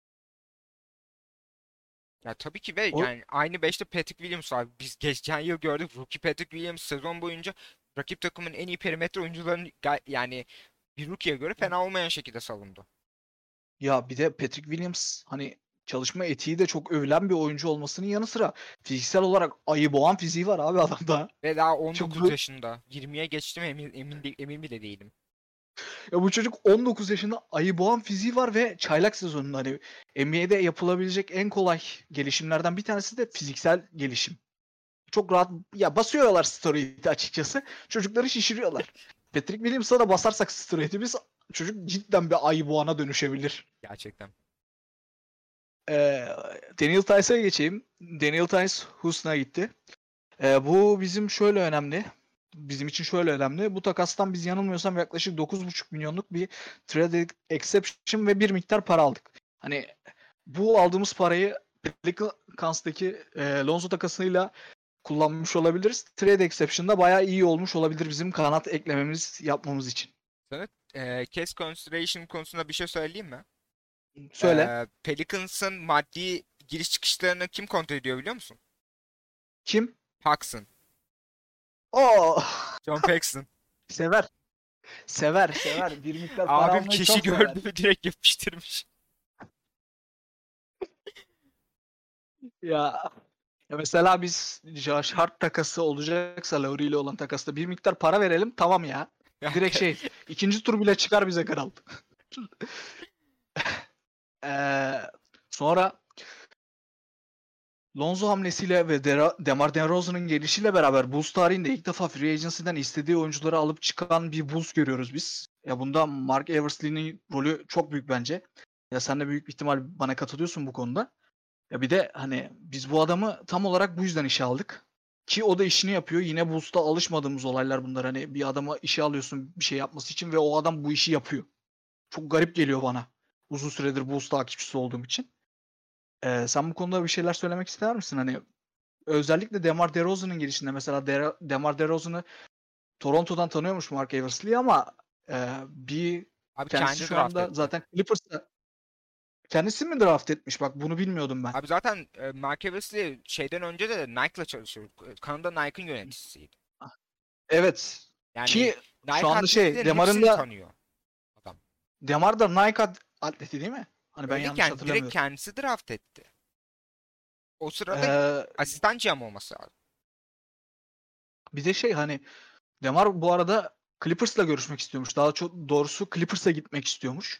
B: Ya tabii ki ve
A: O
B: yani aynı 5'te Patrick Williams var. Biz geçen yıl gördük. Rookie Patrick Williams sezon boyunca rakip takımın en iyi perimetre oyuncularını yani bir rookie'ye göre fena olmayan şekilde savundu.
A: Ya bir de Patrick Williams hani çalışma etiği de çok övülen bir oyuncu olmasının yanı sıra fiziksel olarak ayı boğan fiziği var abi adamda.
B: Ve daha
A: Çok
B: 19 yaşında. 20'ye geçti mi emin bile değilim.
A: ya bu çocuk 19 yaşında ayı boğan fiziği var ve çaylak sezonunda hani NBA'de yapılabilecek en kolay gelişimlerden bir tanesi de fiziksel gelişim. Çok rahat ya basıyorlar steroidi açıkçası. Çocukları şişiriyorlar. Patrick Williams'a da basarsak steroidi biz çocuk cidden bir ayı boğana dönüşebilir.
B: Gerçekten.
A: Ee, Daniel Tice'a geçeyim. Daniel Tice Houston'a gitti. Bu bizim şöyle önemli. Bizim için şöyle önemli. Bu takastan biz yanılmıyorsam yaklaşık 9,5 milyonluk bir trade exception ve bir miktar para aldık. Hani bu aldığımız parayı Pelicans'taki Lonzo takasıyla kullanmış olabiliriz. Trade exception'da bayağı iyi olmuş olabilir bizim kanat eklememiz yapmamız için.
B: Sana case consideration konusunda bir şey söyleyeyim mi?
A: Söyle.
B: Pelicans'ın maddi giriş çıkışlarını kim kontrol ediyor biliyor musun?
A: Kim?
B: Paxson.
A: Oo!
B: John Paxson.
A: Sever. Sever, sever. Bir miktar para
B: Abim
A: almayı
B: keşi
A: çok sever.
B: gördü mü direkt yapıştırmış.
A: Ya mesela biz Josh Hart takası olacaksa Lowry ile olan takasta bir miktar para verelim tamam ya. Direkt şey ikinci tur bile çıkar bize kral. Ee, Sonra Lonzo hamlesiyle ve DeMar DeRozan'ın gelişiyle beraber Bulls tarihinde ilk defa free agency'den istediği oyuncuları alıp çıkan bir Bulls görüyoruz biz. Ya bunda Mark Eversley'nin rolü çok büyük bence. Ya sen de büyük ihtimal bana katılıyorsun bu konuda. Ya bir de hani biz bu adamı tam olarak bu yüzden işe aldık. Ki o da işini yapıyor. Yine Bulls'ta alışmadığımız olaylar bunlar. Hani bir adamı işe alıyorsun bir şey yapması için ve o adam bu işi yapıyor. Çok garip geliyor bana. Uzun süredir Bulls takipçisi olduğum için. Sen bu konuda bir şeyler söylemek ister misin? Hani özellikle DeMar DeRozan'ın gelişinde mesela DeMar DeRozan'ı Toronto'dan tanıyormuş Mark Eversley ama bir
B: Abi
A: kendisi
B: kendi
A: şu
B: draft
A: anda
B: etti.
A: zaten Clippers'ta kendisi mi draft etmiş? Bak bunu bilmiyordum ben.
B: Abi zaten Mark Eversley şeyden önce de Nike'la çalışıyor. Kanada Nike'ın yöneticisiydi.
A: Evet.
B: Yani
A: Ki şu
B: Nike
A: anda şey
B: atletlerin
A: Demar'ın
B: hepsini
A: da
B: tanıyor adam.
A: Demar da Nike atleti değil mi? Hani ben yanlış
B: Öyleyken direkt
A: hatırlamıyorum.
B: kendisi draft etti. O sırada
A: Ee,
B: asistan GM olması lazım.
A: Bir de şey hani Demar bu arada Clippers'la görüşmek istiyormuş. Daha çok doğrusu Clippers'a gitmek istiyormuş.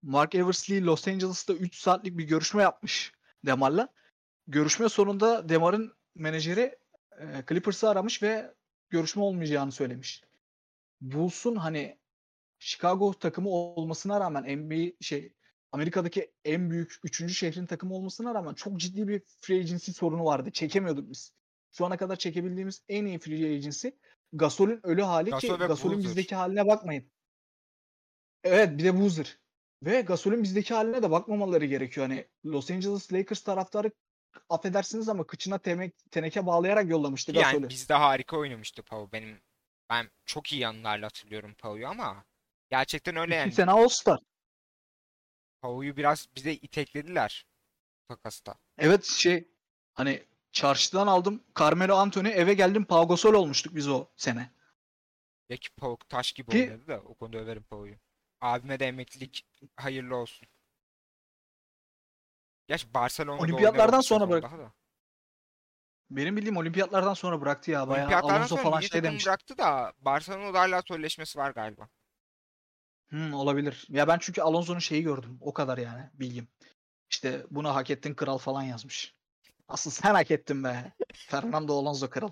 A: Mark Eversley Los Angeles'ta 3 saatlik bir görüşme yapmış Demar'la. Görüşme sonunda Demar'ın menajeri Clippers'ı aramış ve görüşme olmayacağını söylemiş. Bulls'un hani Chicago takımı olmasına rağmen Amerika'daki en büyük 3. şehrin takımı olmasına rağmen çok ciddi bir free agency sorunu vardı. Çekemiyorduk biz. Şu ana kadar çekebildiğimiz en iyi free agency Gasol'ün ölü hali ki
B: Gasol ve
A: Gasol'ün
B: Boozer.
A: bizdeki haline bakmayın. Evet bir de Boozer. Ve Gasol'ün bizdeki haline de bakmamaları gerekiyor. Hani Los Angeles Lakers taraftarı affedersiniz ama kıçına teneke bağlayarak yollamıştı
B: Ki yani
A: Gasol'ü.
B: bizde harika oynamıştı Pau. Ben çok iyi anılarla hatırlıyorum Pau'yu ama gerçekten öyle
A: 2
B: yani.
A: sene All-Star.
B: Pau'yu biraz bize iteklediler takasta.
A: Evet hani çarşıdan aldım Carmelo Anthony eve geldim Pau Gasol olmuştuk biz o sene.
B: Ya ki Pau taş gibi
A: Ki
B: oynadı da o konuda överim Pau'yu. Abime de emeklilik hayırlı olsun. Gerçi Barcelona'da oynar o
A: olimpiyatlardan
B: bir
A: sonra
B: sezon
A: bırak.
B: daha da.
A: Benim bildiğim olimpiyatlardan sonra bıraktı ya. Bayağı
B: Olimpiyatlardan
A: Alonso
B: sonra
A: falan
B: milli
A: şey
B: takım
A: demişti.
B: bıraktı da Barcelona'da hala sözleşmesi var galiba.
A: Olabilir. Ya ben çünkü Alonso'nun şeyi gördüm. O kadar yani bilgim. İşte bunu hak ettin kral falan yazmış. Asıl sen hak ettin be. Fernando Alonso kral.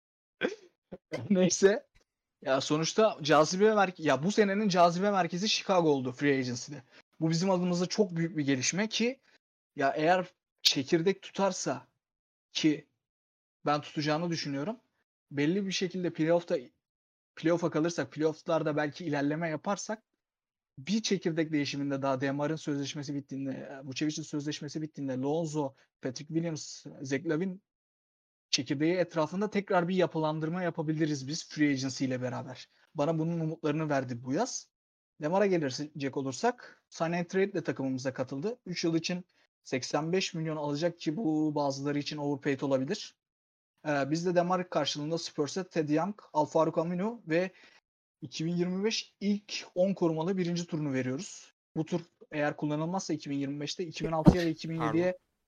A: Neyse. Ya sonuçta ya bu senenin cazibe merkezi Chicago oldu Free Agency'de. Bu bizim adımıza çok büyük bir gelişme ki ya eğer çekirdek tutarsa ki ben tutacağını düşünüyorum. Belli bir şekilde playoff'a kalırsak, playoff'larda belki ilerleme yaparsak bir çekirdek değişiminde daha Demar'ın sözleşmesi bittiğinde, Vucevic'in sözleşmesi bittiğinde Lonzo, Patrick Williams, Zach LaVine çekirdeği etrafında tekrar bir yapılandırma yapabiliriz biz free agency ile beraber. Bana bunun umutlarını verdi bu yaz. Demar'a gelecek olursak sign and trade ile takımımıza katıldı. 3 yıl için 85 milyon alacak ki bu bazıları için overpaid olabilir. Biz de Demar karşılığında Spurs'e Ted Young, Alfaro Camino ve 2025 ilk 10 korumalı birinci turunu veriyoruz. Bu tur eğer kullanılmazsa 2025'te 2006'ya ve
B: Pardon.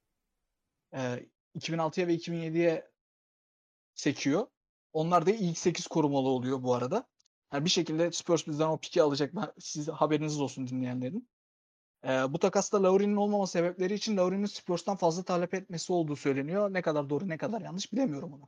A: 2006'ya ve 2007'ye sekiyor. Onlar da ilk 8 korumalı oluyor bu arada. Yani bir şekilde Spurs bizden o piki alacak. Size haberiniz olsun dinleyenlerin. Bu takasta Lowry'nin olmama sebepleri için Lowry'nin Spurs'tan fazla talep etmesi olduğu söyleniyor. Ne kadar doğru ne kadar yanlış bilemiyorum onu.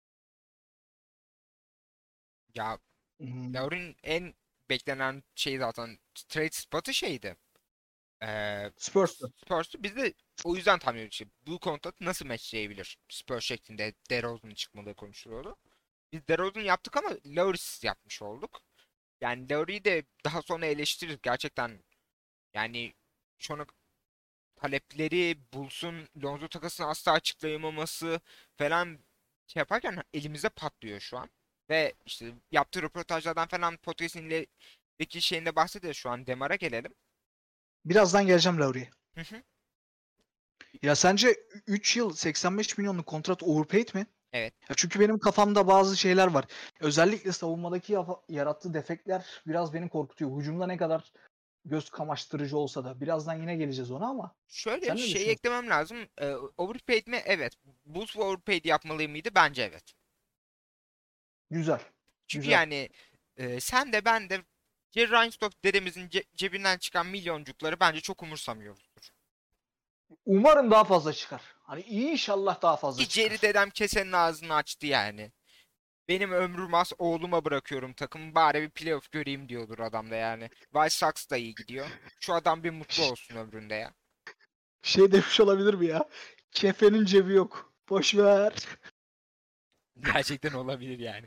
B: Ya
A: Hmm.
B: Lauren en beklenen şey zaten trade spot'ı şeydi.
A: Spurs'tu.
B: Spurs'tu. Biz de o yüzden tahmin ediyoruz. İşte bu kontratı nasıl matchleyebilir? Spurs şeklinde DeRozan'ın çıkmaları konuşuluyordu. Biz DeRozan yaptık ama Lauri'siz yapmış olduk. Yani Lauri'yi de daha sonra eleştiririz. Gerçekten yani şu ana talepleri Bulls'un Lonzo takasını asla açıklayamaması falan şey yaparken elimize patlıyor şu an. Ve işte yaptığı röportajlardan falan podcast'indeki şeyinde bahsediyor şu an. Demar'a gelelim.
A: Birazdan geleceğim Lowry'ye.
B: Hı hı.
A: Ya sence 3 yıl 85 milyonluk kontrat overpaid mi?
B: Evet.
A: Ya çünkü benim kafamda bazı şeyler var. Özellikle savunmadaki yarattığı defekler biraz beni korkutuyor. Hücumda ne kadar göz kamaştırıcı olsa da. Birazdan yine geleceğiz ona ama.
B: Şöyle
A: Sen ne
B: şey
A: düşünüyorsun?
B: eklemem lazım. Overpaid mi? Evet. Bulls overpaid yapmalı mıydı? Bence evet.
A: Güzel.
B: Çünkü
A: Güzel.
B: yani sen de ben de Jerry Reinsdorf dedemizin cebinden çıkan milyoncukları bence çok umursamıyoruzdur.
A: Umarım daha fazla çıkar. Hani inşallah daha fazla
B: Ki Jerry
A: çıkar.
B: dedem kesenin ağzını açtı yani. Benim ömrüm az oğluma bırakıyorum takımı bari bir playoff göreyim diyordur adam da yani. White Sox da iyi gidiyor. Şu adam bir mutlu olsun ömründe ya.
A: Şey demiş olabilir mi ya? Kefenin cebi yok. Boş ver.
B: Gerçekten olabilir yani.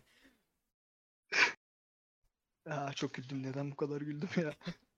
A: Çok güldüm. Neden bu kadar güldüm ya?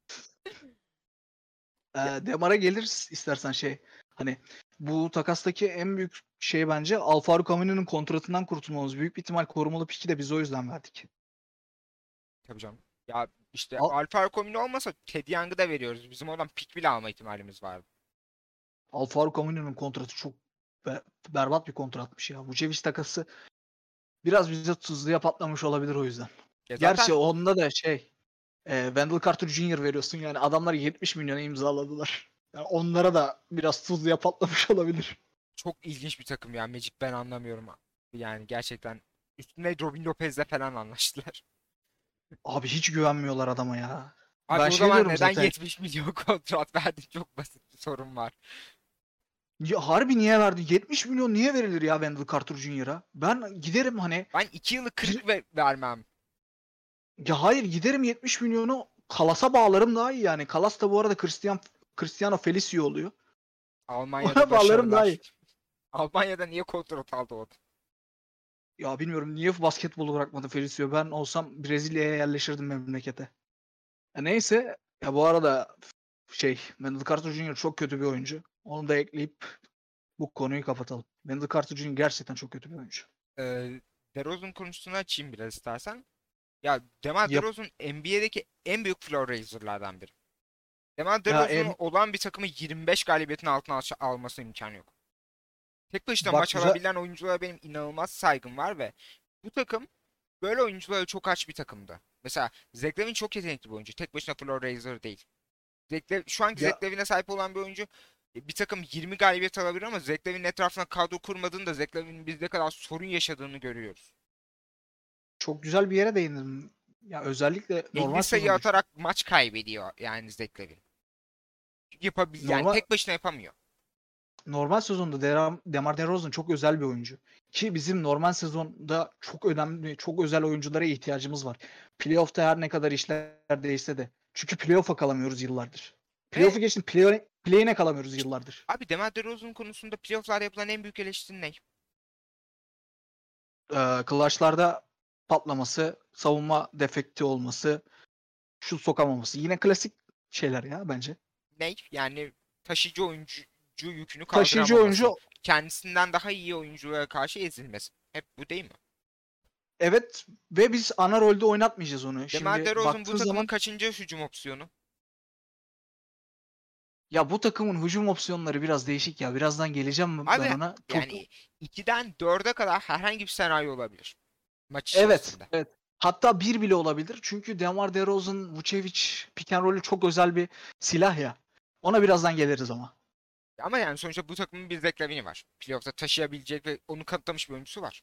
B: Ya,
A: Demar'a gelir istersen hani bu takastaki en büyük şey bence Alfaro Camino'nun kontratından kurtulmamız. Büyük bir ihtimal korumalı piki de biz o yüzden verdik.
B: tabii canım. Ya işte
A: Al
B: Alfa Romeo olmasa Ted Young'ı da veriyoruz. Bizim oradan pick bile alma ihtimalimiz vardı.
A: Alfaro Camino'nun kontratı çok berbat bir kontratmış ya. Vucevic takası biraz bize tuzluya patlamış olabilir o yüzden.
B: Ya
A: Gerçi
B: zaten
A: onda da Wendell Carter Jr. veriyorsun yani adamlar 70 milyona imzaladılar. Yani onlara da biraz tuzluya patlamış olabilir.
B: çok ilginç bir takım ya Magic ben anlamıyorum. Yani gerçekten üstüne Robin Lopez'le falan anlaştılar.
A: Abi hiç güvenmiyorlar adama ya.
B: Abi
A: Ben
B: o
A: şey
B: zaman
A: diyorum
B: neden
A: zaten.
B: 70 milyon kontrat verdin? Çok basit bir sorun var.
A: Ya harbi niye verdi? 70 milyon niye verilir ya Wendell Carter Jr.'a? Ben giderim hani
B: Ben 2 yılı
A: bir,
B: 40 vermem.
A: ya hayır giderim 70 milyonu Kalas'a bağlarım daha iyi yani. Kalas da bu arada Cristiano Felicio oluyor.
B: Almanya'da
A: Ona bağlarım daha
B: başarılar.
A: iyi.
B: Almanya'da niye kontrat aldı o?
A: Ya bilmiyorum niye basketbolu bırakmadı Felicio. Ben olsam Brezilya'ya yerleşirdim memlekete. Neyse ya bu arada Wendell Carter Jr. çok kötü bir oyuncu. Onu da ekleyip bu konuyu kapatalım. Wendell Carter Jr. gerçekten çok kötü bir oyuncu.
B: DeRozan konusunu açayım biraz istersen. Ya DeMar
A: Yap
B: DeRozan NBA'deki en büyük floor raiser'lardan biri. DeMar
A: ya
B: DeRozan'ın olan bir takımı 25 galibiyetin altına alması imkanı yok. Tek başına
A: bak
B: maç
A: güzel
B: alabilen oyunculara benim inanılmaz saygım var ve bu takım böyle oyunculara çok aç bir takımdı. Mesela Zach LaVine çok yetenekli bir oyuncu. Tek başına floor raiser değil. Şu anki
A: ya
B: Zach LaVine'e sahip olan bir oyuncu bir takım 20 galibiyet alabilir ama Zach LaVine'in etrafına kadro kurmadığında Zach LaVine'in biz ne kadar sorun yaşadığını görüyoruz.
A: çok güzel bir yere değindim. Ya özellikle
B: 50
A: normal
B: sayı
A: sezonda
B: atarak maç kaybediyor yani Zach LaVine. Yani
A: normal
B: tek başına yapamıyor.
A: normal sezonda DeMar DeRozan çok özel bir oyuncu. Ki bizim normal sezonda çok önemli, çok özel oyunculara ihtiyacımız var. Playoff'ta her ne kadar işler değişse de. Çünkü playoff'a kalamıyoruz yıllardır.
B: Ve
A: Playoff'u geçtim, play'ine kalamıyoruz yıllardır.
B: abi DeMar DeRozan konusunda playoff'larda yapılan en büyük eleştiri ne?
A: Clutch'larda patlaması, savunma defekti olması, şut sokamaması. Yine klasik şeyler ya bence.
B: Ne? Yani taşıyıcı oyuncu yükünü
A: Taşıyıcı
B: kaldıramaması.
A: oyuncu
B: Kendisinden daha iyi oyunculara karşı ezilmesi. Hep bu değil mi?
A: evet ve biz ana rolde oynatmayacağız onu.
B: DeMar
A: Şimdi
B: DeRozan bu
A: baktığın
B: takımın
A: zaman
B: kaçıncı hücum opsiyonu?
A: ya bu takımın hücum opsiyonları biraz değişik ya. Birazdan geleceğim ben
B: Abi
A: ona. Çok
B: yani 2'den 4'e kadar herhangi bir senaryo olabilir maç
A: evet,
B: içerisinde.
A: evet. Hatta bir bile olabilir. Çünkü DeMar DeRozan, Vucevic pick and roll'ü çok özel bir silah ya. Ona birazdan geliriz ama.
B: Ama yani sonuçta bu takımın bir Zach LaVine'i var. Playoff'ta taşıyabilecek ve onu kanıtlamış bir oyuncusu var.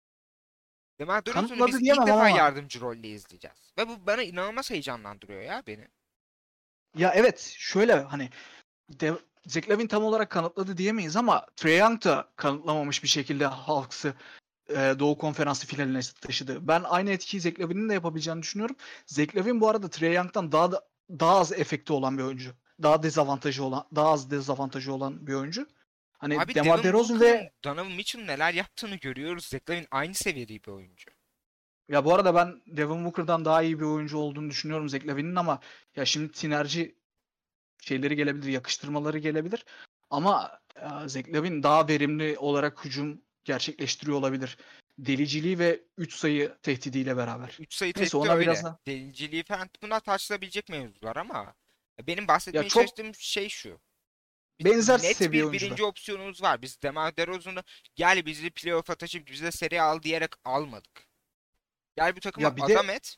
B: DeMar DeRozan'ı
A: Kanıtladı
B: biz ilk
A: diyemem
B: defa
A: ama
B: yardımcı rolle izleyeceğiz. Ve bu bana inanılmaz heyecanlandırıyor ya beni.
A: ya evet şöyle hani Zach Lavine tam olarak kanıtladı diyemeyiz ama Trae Young da kanıtlamamış bir şekilde Hawks'ı Doğu Konferansı finaline taşıdı. Ben aynı etkiyi Zach Lavine'in de yapabileceğini düşünüyorum. Zach Lavine bu arada Trae Young'dan daha az efekti olan bir oyuncu. Daha az dezavantajı olan bir oyuncu. Hani
B: Abi
A: DeMar
B: Devin
A: DeRozan ve
B: Booker'ın Donovan Mitchell'ın neler yaptığını görüyoruz. Zach LaVine aynı seviyede bir oyuncu.
A: ya bu arada ben Devin Booker'dan daha iyi bir oyuncu olduğunu düşünüyorum Zach Lavine'in ama ya şimdi sinerji şeyleri gelebilir, yakıştırmaları gelebilir. Ama Zach Lavine daha verimli olarak hücum gerçekleştiriyor olabilir. Deliciliği ve 3 sayı tehdidiyle beraber.
B: 3 sayı
A: Neyse
B: tehdidi
A: ona
B: öyle.
A: birazdan.
B: Deliciliği falan bunlar tartışılabilecek mevzular ama benim
A: Ya
B: bahsetmeye
A: çok
B: çalıştığım şey şu. Biz
A: benzer
B: net
A: seviye
B: bir
A: oyuncular.
B: birinci opsiyonumuz var. Biz Demar DeRozan'ı gel bizi playoff'a taşıp bize seri al diyerek almadık. Gel bu takıma
A: Ya bir de
B: adam et.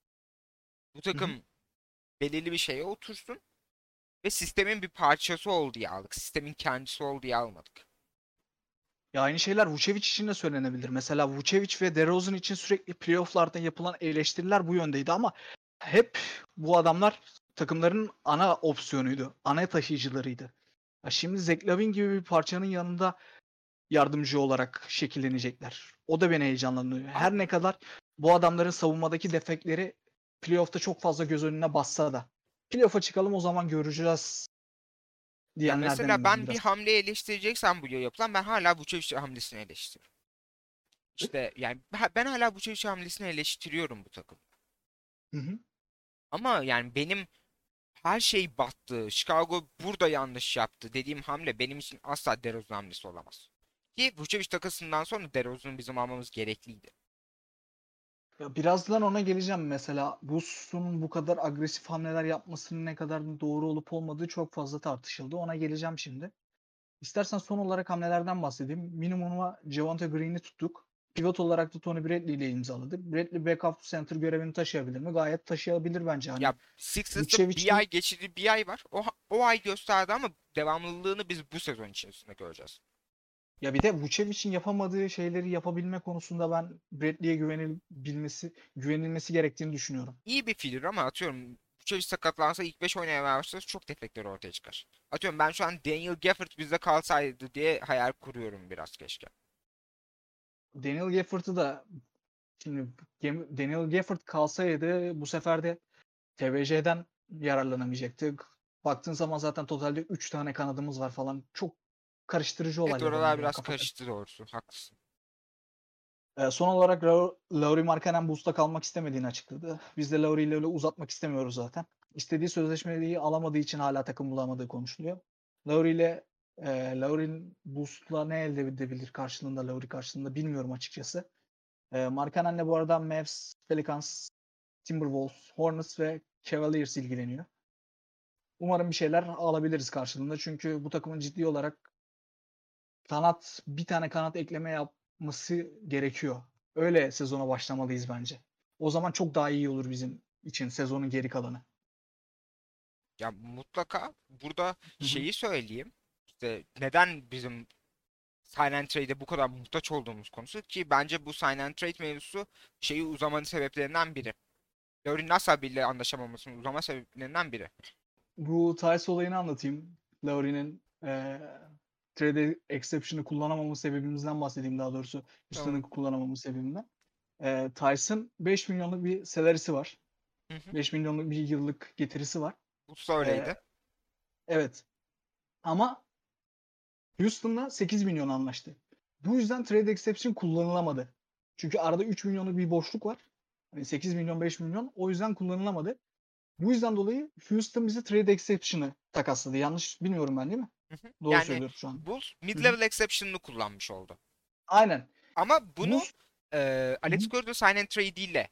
B: Bu
A: hı hı.
B: takım belirli bir şeye otursun. Ve sistemin bir parçası ol diye aldık. Sistemin kendisi ol diye almadık.
A: Ya aynı şeyler Vucevic için de söylenebilir. Mesela Vucevic ve DeRozan için sürekli playoff'larda yapılan eleştiriler bu yöndeydi ama hep bu adamlar takımların ana opsiyonuydu. Ana taşıyıcılarıydı. Ya şimdi Zach Lavine gibi bir parçanın yanında yardımcı olarak şekillenecekler. O da beni heyecanlandırıyor. Her ne
B: Abi
A: kadar bu adamların savunmadaki defekleri playoff'ta çok fazla göz önüne bassa da. Playoff'a çıkalım o zaman göreceğiz
B: ya
A: diyenlerdenim
B: mesela
A: ben
B: ben bir
A: biraz.
B: hamle eleştireceksem bu yapılan ben hala Vucevic hamlesini eleştiriyorum. İşte yani ben hala Vucevic hamlesini eleştiriyorum bu takım.
A: Hı hı.
B: Ama yani benim her şey battı. Chicago burada yanlış yaptı dediğim hamle benim için asla DeRozan hamlesi olamaz. Ki Vucevic takasından sonra DeRozan'ı bizim almamız gerekliydi.
A: Ya birazdan ona geleceğim mesela. Bus'un bu kadar agresif hamleler yapmasının ne kadar doğru olup olmadığı çok fazla tartışıldı. Ona geleceğim şimdi. İstersen son olarak hamlelerden bahsedeyim. Minimuma Javonte Green'i tuttuk. Pivot olarak da Tony Bradley ile imzaladık. Bradley backup center görevini taşıyabilir mi? Gayet taşıyabilir bence. Hani
B: Ya Sixers'ta bir
A: Vucevic'in
B: ay geçirdiği bir ay var. O ay gösterdi ama devamlılığını biz bu sezon içerisinde göreceğiz.
A: ya bir de Vucevic'in yapamadığı şeyleri yapabilme konusunda ben Bradley'e güvenilmesi gerektiğini düşünüyorum.
B: İyi bir figür ama atıyorum Vucevic sakatlansa ilk 5 oynamaya başlarsa çok defekleri ortaya çıkar. Atıyorum ben şu an Daniel Gafford bizde kalsaydı diye hayal kuruyorum biraz keşke.
A: Daniel Gafford'u da şimdi Daniel Gafford kalsaydı bu sefer de TBJ'den yararlanamayacaktık. Baktığın zaman zaten totalde 3 tane kanadımız var falan. Çok karıştırıcı
B: Evet
A: olaylar
B: oralar
A: onlar ya
B: biraz
A: kafa
B: karıştı doğrusu. Haklısın.
A: Son olarak Lauri Markkanen Boost'ta kalmak istemediğini açıkladı. Biz de Lauri ile öyle uzatmak istemiyoruz zaten. İstediği sözleşmeyi alamadığı için hala takım bulamadığı konuşuluyor. Lauri ile Lauri'nin Boost'la ne elde edebilir karşılığında, Lauri karşılığında bilmiyorum açıkçası. Markkanen'le bu arada Mavs, Pelicans, Timberwolves, Hornets ve Cavaliers ilgileniyor. Umarım bir şeyler alabiliriz karşılığında. Çünkü bu takımın ciddi olarak bir tane kanat ekleme yapması gerekiyor. Öyle sezona başlamalıyız bence. O zaman çok daha iyi olur bizim için sezonun geri kalanı.
B: Ya mutlaka burada
A: Hı hı.
B: şeyi söyleyeyim. İşte neden bizim sign and trade'e bu kadar muhtaç olduğumuz konusu ki bence bu sign and trade mevzusu şeyi uzamanın sebeplerinden biri. Lauri Nassab ile anlaşamamasının uzama sebeplerinden biri.
A: Bu Tice olayını anlatayım. Lauri'nin trade exception'ı kullanamama sebebimizden bahsedeyim daha doğrusu. Houston'ın
B: Tamam.
A: kullanamama sebebinden. Tyson 5 milyonluk bir salarisi var.
B: Hı hı.
A: 5 milyonluk bir yıllık getirisi var.
B: Bu da
A: E,
B: öyleydi.
A: evet. Ama Houston'la 8 milyon anlaştı. Bu yüzden trade exception kullanılamadı. Çünkü arada 3 milyonluk bir boşluk var. Hani 8 milyon 5 milyon o yüzden kullanılamadı. Bu yüzden dolayı Houston bize trade exception'ı takasladı. Yanlış bilmiyorum ben değil mi?
B: Hı hı.
A: Doğru
B: Yani
A: söylüyorum şu an.
B: Bulls
A: Hı hı.
B: mid-level exception'ını kullanmış oldu.
A: Aynen.
B: Ama bunu
A: Buz. Hı
B: Alex
A: hı.
B: Caruso sign and trade ile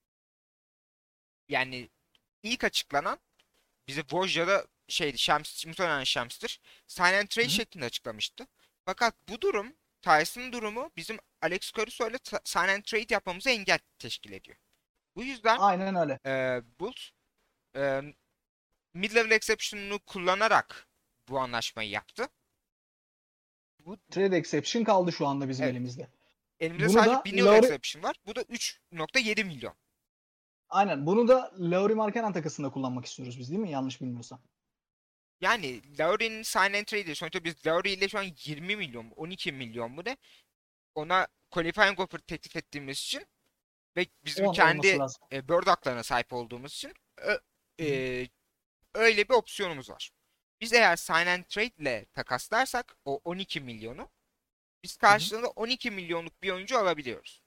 B: yani ilk açıklanan bize Woj'da şeydi Shams, muhtemelen Shams'tır. Sign and
A: Hı
B: trade
A: hı.
B: şeklinde açıklamıştı. Fakat bu durum Tyson'ın durumu bizim Alex Caruso ile sign and trade yapmamıza engel teşkil ediyor. Bu yüzden
A: Aynen öyle.
B: Bulls e, mid-level exception'ını kullanarak bu anlaşmayı yaptı. Bu
A: Trade exception kaldı şu anda bizim
B: evet,
A: elimizde.
B: elimizde
A: Bunu
B: sadece
A: da
B: 1000 yıl
A: Lauri
B: exception var. Bu da 3,7 milyon.
A: aynen. Bunu da Lauri Markkanen takısında kullanmak istiyoruz biz değil mi? Yanlış bilmiyorsam.
B: Yani Lauri'nin sign and trade'i sonuçta biz Lauri ile şu an 20 milyon mu 12 milyon mu ne ona qualifying offer teklif ettiğimiz için ve bizim
A: 10 olması
B: kendi
A: lazım.
B: bird haklarına sahip olduğumuz için
A: Hı hı.
B: e, öyle bir opsiyonumuz var. Biz eğer sign and trade ile takaslarsak o 12 milyonu biz
A: Hı hı.
B: karşılığında 12 milyonluk bir oyuncu alabiliyoruz.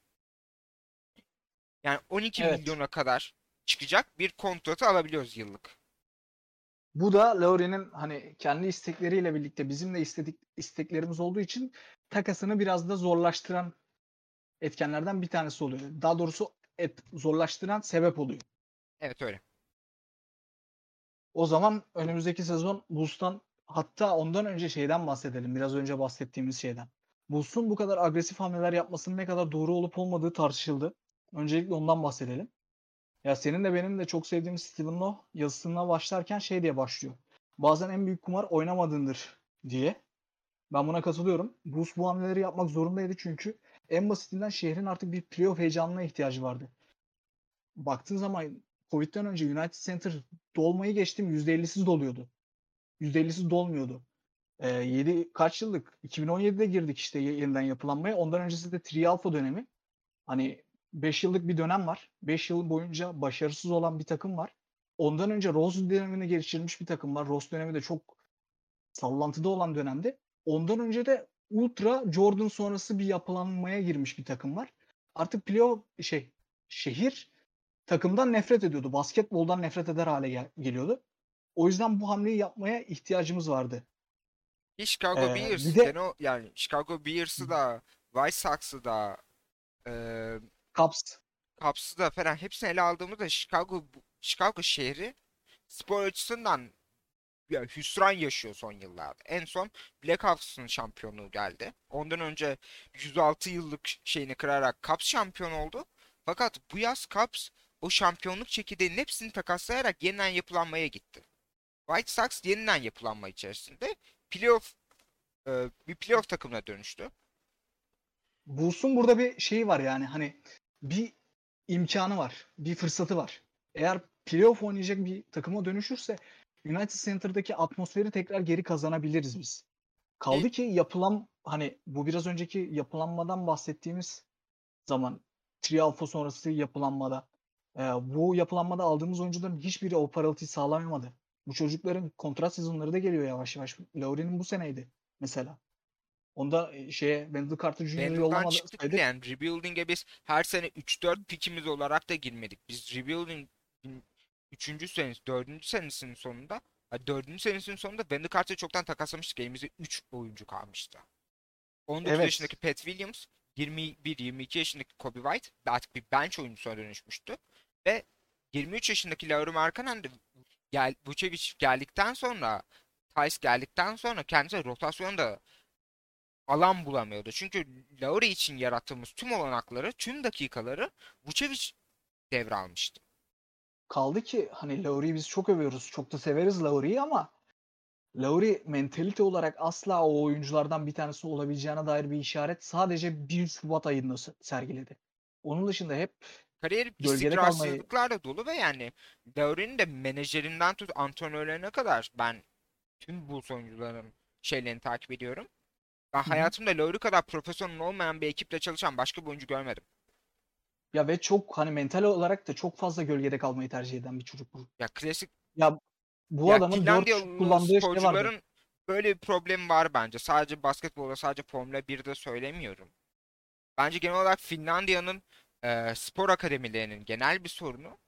B: Yani 12
A: Evet.
B: milyona kadar çıkacak bir kontratı alabiliyoruz yıllık.
A: Bu da Lauri'nin hani kendi istekleriyle birlikte bizim de isteklerimiz olduğu için takasını biraz da zorlaştıran etkenlerden bir tanesi oluyor. Daha doğrusu zorlaştıran sebep oluyor.
B: Evet öyle.
A: O zaman önümüzdeki sezon Bulls'tan hatta ondan önce şeyden bahsedelim. Biraz önce bahsettiğimiz şeyden. Bulls'un bu kadar agresif hamleler yapmasının ne kadar doğru olup olmadığı tartışıldı. Öncelikle ondan bahsedelim. Ya senin de benim de çok sevdiğimiz Stephen Noah yazısına başlarken şey diye başlıyor. Bazen en büyük kumar oynamadığındır diye. Ben buna katılıyorum. Bulls bu hamleleri yapmak zorundaydı çünkü en basitinden şehrin artık bir playoff heyecanına ihtiyacı vardı. Baktığın zaman Covid'den önce United Center dolmayı geçtim %50'siz doluyordu. %50'siz dolmuyordu. 7 kaç yıllık? 2017'de girdik işte yeniden yapılanmaya. Ondan öncesi de Tri Alpha dönemi. Hani 5 yıllık bir dönem var. 5 yıl boyunca başarısız olan bir takım var. Ondan önce Rose dönemini geçirmiş bir takım var. Rose dönemi de çok sallantıda olan dönemde. Ondan önce de Ultra Jordan sonrası bir yapılanmaya girmiş bir takım var. Artık şehir takımdan nefret ediyordu. Basketboldan nefret eder hale geliyordu. O yüzden bu hamleyi yapmaya ihtiyacımız vardı.
B: Ki Chicago
A: Bir
B: Bears
A: de
B: gene yani Chicago Bears'ı da White Sox'ı da e,
A: Cubs.
B: Cubs'ı da falan hepsini ele aldığımızda Chicago şehri spor açısından ya, hüsran yaşıyor son yıllarda. En son Blackhawks'ın şampiyonluğu geldi. Ondan önce 106 yıllık şeyini kırarak Cubs şampiyon oldu. Fakat bu yaz Cubs o şampiyonluk çekirdeğinin hepsini takaslayarak yeniden yapılanmaya gitti. White Sox yeniden yapılanma içerisinde playoff bir playoff takımına dönüştü.
A: Bulls'un burada bir şeyi var yani hani bir imkanı var. Bir fırsatı var. Eğer playoff oynayacak bir takıma dönüşürse United Center'daki atmosferi tekrar geri kazanabiliriz biz.
B: E,
A: Kaldı ki hani bu biraz önceki yapılanmadan bahsettiğimiz zaman Tri Alpha sonrası yapılanmada bu yapılanmada aldığımız oyuncuların hiçbiri o paralıyı sağlayamadı. Bu çocukların kontrat sezonları da geliyor yavaş yavaş. Lauri'nin bu seneydi mesela. Onda Wendell Carter Jr.'ı
B: Randall'dan
A: yollamadı
B: çıktık bile,
A: saydık.
B: yani rebuilding'e biz her sene 3-4 pikimiz olarak da girmedik. Biz rebuilding 3. senesi, 4. senesinin sonunda, 4. senesinin sonunda Wendell Carter'ı çoktan takaslamıştık. Elimizde 3 oyuncu kalmıştı. 19
A: Evet.
B: yaşındaki Pat Williams, 21-22 yaşındaki Kobe White artık bir bench oyuncusuna dönüşmüştü. Ve 23 yaşındaki Lauri Markkanen de Vucevic geldikten sonra, Tice geldikten sonra kendisi rotasyonda alan bulamıyordu. Çünkü Lauri için yarattığımız tüm olanakları, tüm dakikaları Vucevic devralmıştı.
A: Kaldı ki hani Lauri'yi biz çok övüyoruz. Çok da severiz Lauri'yi ama Lauri mentalite olarak asla o oyunculardan bir tanesi olabileceğine dair bir işaret sadece 1 Şubat ayında sergiledi. Onun dışında hep
B: Kariyer
A: gölgede kalmayı.
B: istikrarsızlıklarla dolu ve yani Lauri'nin de menajerinden tut antrenörlerine kadar ben tüm bu oyuncuların şeylerini takip ediyorum. Ben
A: Hı hı.
B: hayatımda Lauri kadar profesyonel olmayan bir ekiple çalışan başka bir oyuncu görmedim.
A: Ya ve çok hani mental olarak da çok fazla gölgede kalmayı tercih eden bir çocuk bu.
B: Ya klasik,
A: Ya bu
B: ya
A: adamın 4 şut
B: Finlandiyalı
A: kullandığı şey vardı.
B: sporcuların böyle bir problemi var bence. Sadece basketbolda, sadece Formula 1'de söylemiyorum. Bence genel olarak Finlandiya'nın spor akademilerinin genel bir sorunu.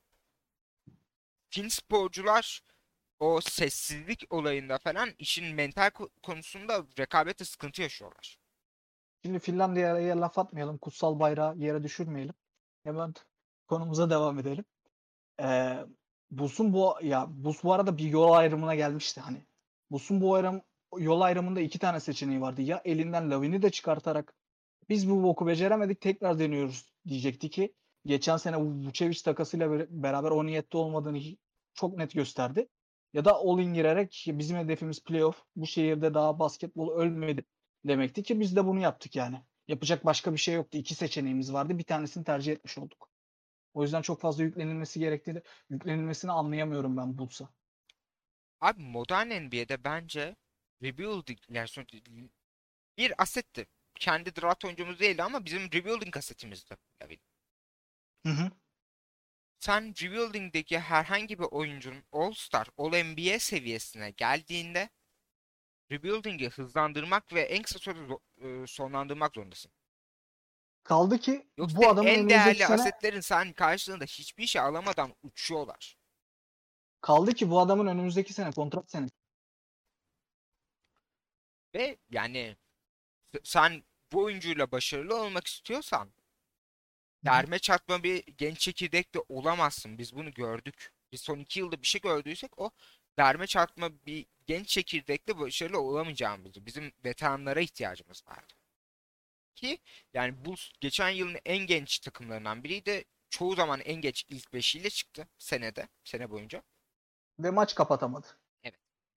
B: Fin sporcular o sessizlik olayında falan işin mental konusunda rekabette sıkıntı yaşıyorlar.
A: Şimdi Finlandiya'ya laf atmayalım. Kutsal bayrağı yere düşürmeyelim. Hemen konumuza devam edelim. Ee, Bus bu arada bir yol ayrımına gelmişti hani. Bus'un yol ayrımında iki tane seçeneği vardı. Ya elinden Lavin'i de çıkartarak biz bu boku beceremedik tekrar deniyoruz diyecekti ki geçen sene Vucevic takasıyla beraber o niyette olmadığını çok net gösterdi. Ya da all-in girerek bizim hedefimiz playoff. Bu şehirde daha basketbol ölmedi demekti ki biz de bunu yaptık yani. Yapacak başka bir şey yoktu. İki seçeneğimiz vardı. Bir tanesini tercih etmiş olduk. O yüzden çok fazla yüklenilmesini anlayamıyorum ben Bulls'a.
B: Abi modern NBA'de bence rebuilding, yani bir asetti. Kendi draft oyuncumuz değildi ama bizim rebuilding asetimizdi. Yani
A: Hı hı.
B: sen rebuilding'deki herhangi bir oyuncunun All-Star, All-NBA seviyesine geldiğinde rebuilding'i hızlandırmak ve en kısa sürede sonlandırmak zorundasın.
A: Kaldı ki
B: Yoksa
A: bu
B: senin
A: adamın
B: en
A: önümüzdeki
B: değerli
A: sene
B: asetlerin sen karşılığında hiçbir şey alamadan uçuyorlar.
A: kontrat senesi.
B: Ve yani sen bu oyuncuyla başarılı olmak istiyorsan
A: Hı hı.
B: derme çatma bir genç çekirdek de olamazsın. Biz bunu gördük. Biz son 2 yılda bir şey gördüysek o derme çatma bir genç çekirdekle başarılı olamayacağımızı. Bizim veteranlara ihtiyacımız vardı. Ki yani Bulls geçen yılın en genç takımlarından biriydi. Çoğu zaman en geç ilk beşiyle çıktı senede, sene boyunca.
A: Ve maç kapatamadı.
B: Evet.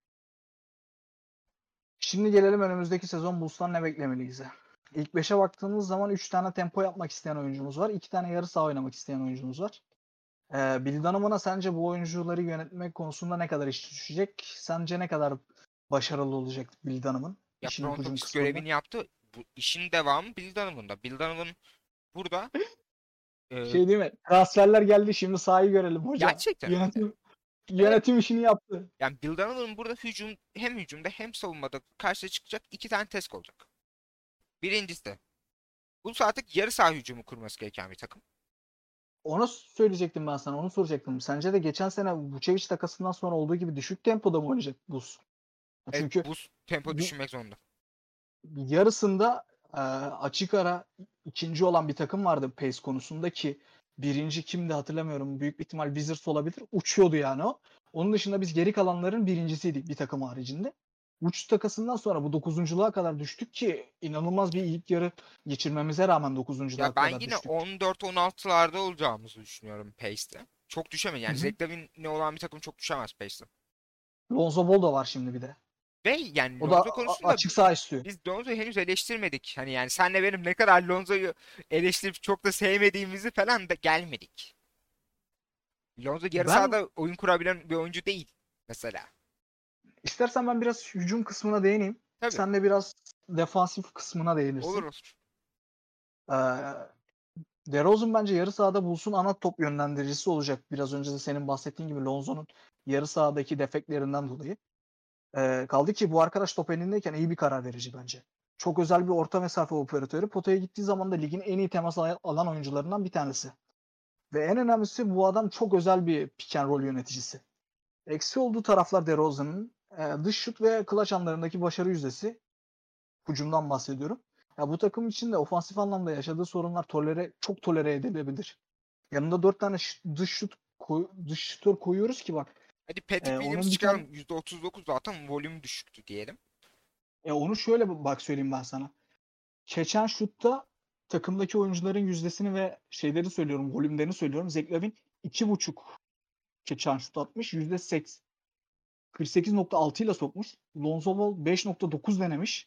A: Şimdi gelelim önümüzdeki sezon Bulls'tan ne beklemeliyiz? İlk 5'e baktığımız zaman 3 tane tempo yapmak isteyen oyuncumuz var. 2 tane yarı saha oynamak isteyen oyuncumuz var. Bill Donovan'a sence bu oyuncuları yönetmek konusunda ne kadar iş düşecek? Sence ne kadar başarılı olacak Bill Donovan
B: Ya
A: işin
B: front
A: hücum
B: office
A: kısmında?
B: görevini yaptı. Bu işin devamı Bill Donovan'da. Bill Donovan burada e,
A: Şey değil mi? Transferler geldi şimdi sahayı görelim hoca.
B: gerçekten öyle. Ve
A: Yönetim işini yaptı.
B: yani Bill Donovan'ın burada hem hücumda hem savunmada karşıya çıkacak 2 tane test olacak. Birincisi, Bulls artık yarı saha hücumu kurması gereken bir takım.
A: Onu söyleyecektim ben sana. Onu soracaktım. Sence de geçen sene Vucevic takasından sonra olduğu gibi düşük tempoda mı oynayacak Bulls?
B: Evet,
A: Çünkü
B: Bulls tempo
A: bir
B: düşünmek zorunda.
A: yarısında açık ara ikinci olan bir takım vardı pace konusunda ki birinci kimdi hatırlamıyorum. Büyük bir ihtimal Wizards olabilir. Uçuyordu yani o. Onun dışında biz geri kalanların birincisiydik bir takım haricinde. Uçuş takasından sonra bu dokuzunculuğa kadar düştük ki inanılmaz bir ilk yarı geçirmemize rağmen dokuzunculuğa
B: Ya ben
A: kadar
B: yine
A: düştük.
B: 14-16'larda olacağımızı düşünüyorum Pace'te. Çok düşemeyiz.
A: Hı
B: Yani
A: hı.
B: Zach LaVine'le olan bir takım çok düşemez Pace'te.
A: Lonzo Ball da var şimdi bir de.
B: Ve yani
A: O da
B: Lonzo konusunda
A: açık saha istiyor.
B: biz Lonzo'yu henüz eleştirmedik. Hani yani senle benim ne kadar Lonzo'yu eleştirip çok da sevmediğimizi falan da gelmedik. Lonzo yarı
A: Ben
B: sahada oyun kurabilen bir oyuncu değil mesela.
A: istersen ben biraz hücum kısmına değineyim.
B: Tabii.
A: Sen de biraz defansif kısmına
B: Olur
A: değinirsin.
B: olur.
A: Ee, DeRozan bence yarı sahada Bulls'un ana top yönlendiricisi olacak. Biraz önce de senin bahsettiğin gibi Lonzo'nun yarı sahadaki defeklerinden dolayı. Kaldı ki bu arkadaş top elindeyken iyi bir karar verici bence. Çok özel bir orta mesafe operatörü. Potaya gittiği zaman da ligin en iyi temas alan oyuncularından bir tanesi. Ve en önemlisi bu adam çok özel bir pick and roll yöneticisi. Eksi olduğu taraflar DeRozan'ın dış şut ve clutch anlarındaki başarı yüzdesi. Hücumdan bahsediyorum. Ya bu takım için de ofansif anlamda yaşadığı sorunlar çok tolere edilebilir. Yanında 4 tane dış şutör koyuyoruz ki bak.
B: Hadi Patrick Williams
A: Onun bir tane
B: çıkaralım. %39 zaten volüm düşüktü diyelim.
A: onu şöyle bak söyleyeyim ben sana. Geçen şutta takımdaki oyuncuların yüzdesini ve şeyleri söylüyorum, volümlerini söylüyorum. Zach Lavin 2,5 geçen şut atmış. %8 48,6 ile sokmuş. Lonzo Ball 5,9 denemiş.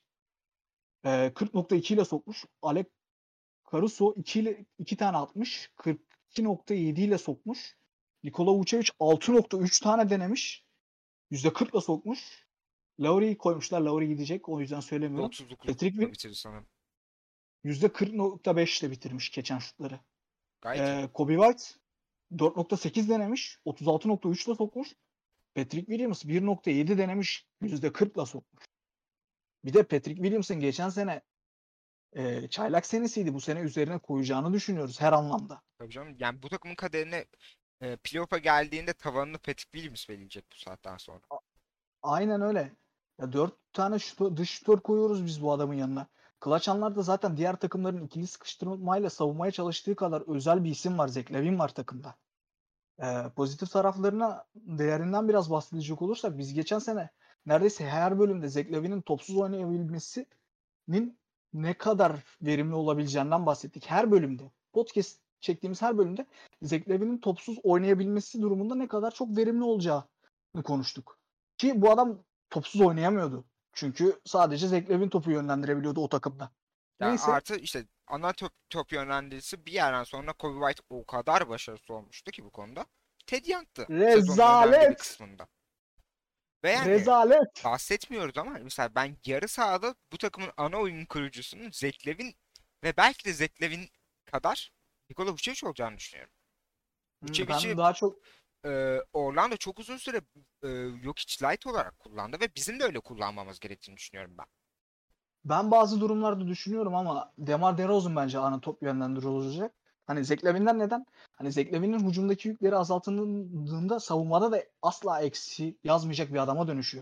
A: 40,2 ile sokmuş. Alec Caruso 2 tane atmış. 42,7 ile sokmuş. Nikola Vucevic 6,3 tane denemiş. %40 ile sokmuş. Lowry'i koymuşlar. Lowry gidecek. O yüzden söylemiyorum.
B: %39'lukla bitirdi sanırım.
A: %40,5 ile bitirmiş geçen şutları.
B: Gayet iyi.
A: Kobe White 4,8 denemiş. 36,3 ile sokmuş. Patrick Williams 1,7 denemiş. %40 ile sokmuş. Bir de Patrick Williams'ın geçen sene çaylak senesiydi. Bu sene üzerine koyacağını düşünüyoruz her anlamda.
B: Tabii canım. Yani bu takımın kaderine playoff'a geldiğinde tavanını Patrick Williams belirleyecek bu saatten sonra.
A: Aynen öyle. Ya 4 tane dış şutör koyuyoruz biz bu adamın yanına. Clutch anlarda zaten diğer takımların ikili sıkıştırmayla savunmaya çalıştığı kadar özel bir isim var. Zach Lavin var takımda. Pozitif taraflarına değerinden biraz bahsedecek olursak biz geçen sene neredeyse her bölümde Zach Lavin'in topsuz oynayabilmesinin ne kadar verimli olabileceğinden bahsettik. Her bölümde. Podcast çektiğimiz her bölümde Zach Lavin'in topsuz oynayabilmesi durumunda ne kadar çok verimli olacağını konuştuk. Ki bu adam topsuz oynayamıyordu. Çünkü sadece Zach Lavin topu yönlendirebiliyordu o takımda.
B: Yani
A: Neyse
B: artı işte ana top yönlendiricisi bir yerden sonra Kobe White o kadar başarısız olmuştu ki bu konuda. Ted Young'tı sezonun önemli bir
A: rezalet.
B: kısmında. Ve yani
A: Rezalet.
B: bahsetmiyoruz ama mesela ben yarı sahada bu takımın ana oyun kurucusunun Zach Lavin ve belki de Zach Lavin kadar Nikola Vucevic olacağını düşünüyorum. Vucevic'i
A: Ben daha çok
B: Orlando çok uzun süre Jokic Light olarak kullandı ve bizim de öyle kullanmamız gerektiğini düşünüyorum ben.
A: Ben bazı durumlarda düşünüyorum ama DeMar DeRozan bence ana top yönlendirici olacak. Hani Zach Lavin'den neden? Hani Zach Lavin'in hücumdaki yükleri azaltıldığında savunmada da asla eksi yazmayacak bir adama dönüşüyor.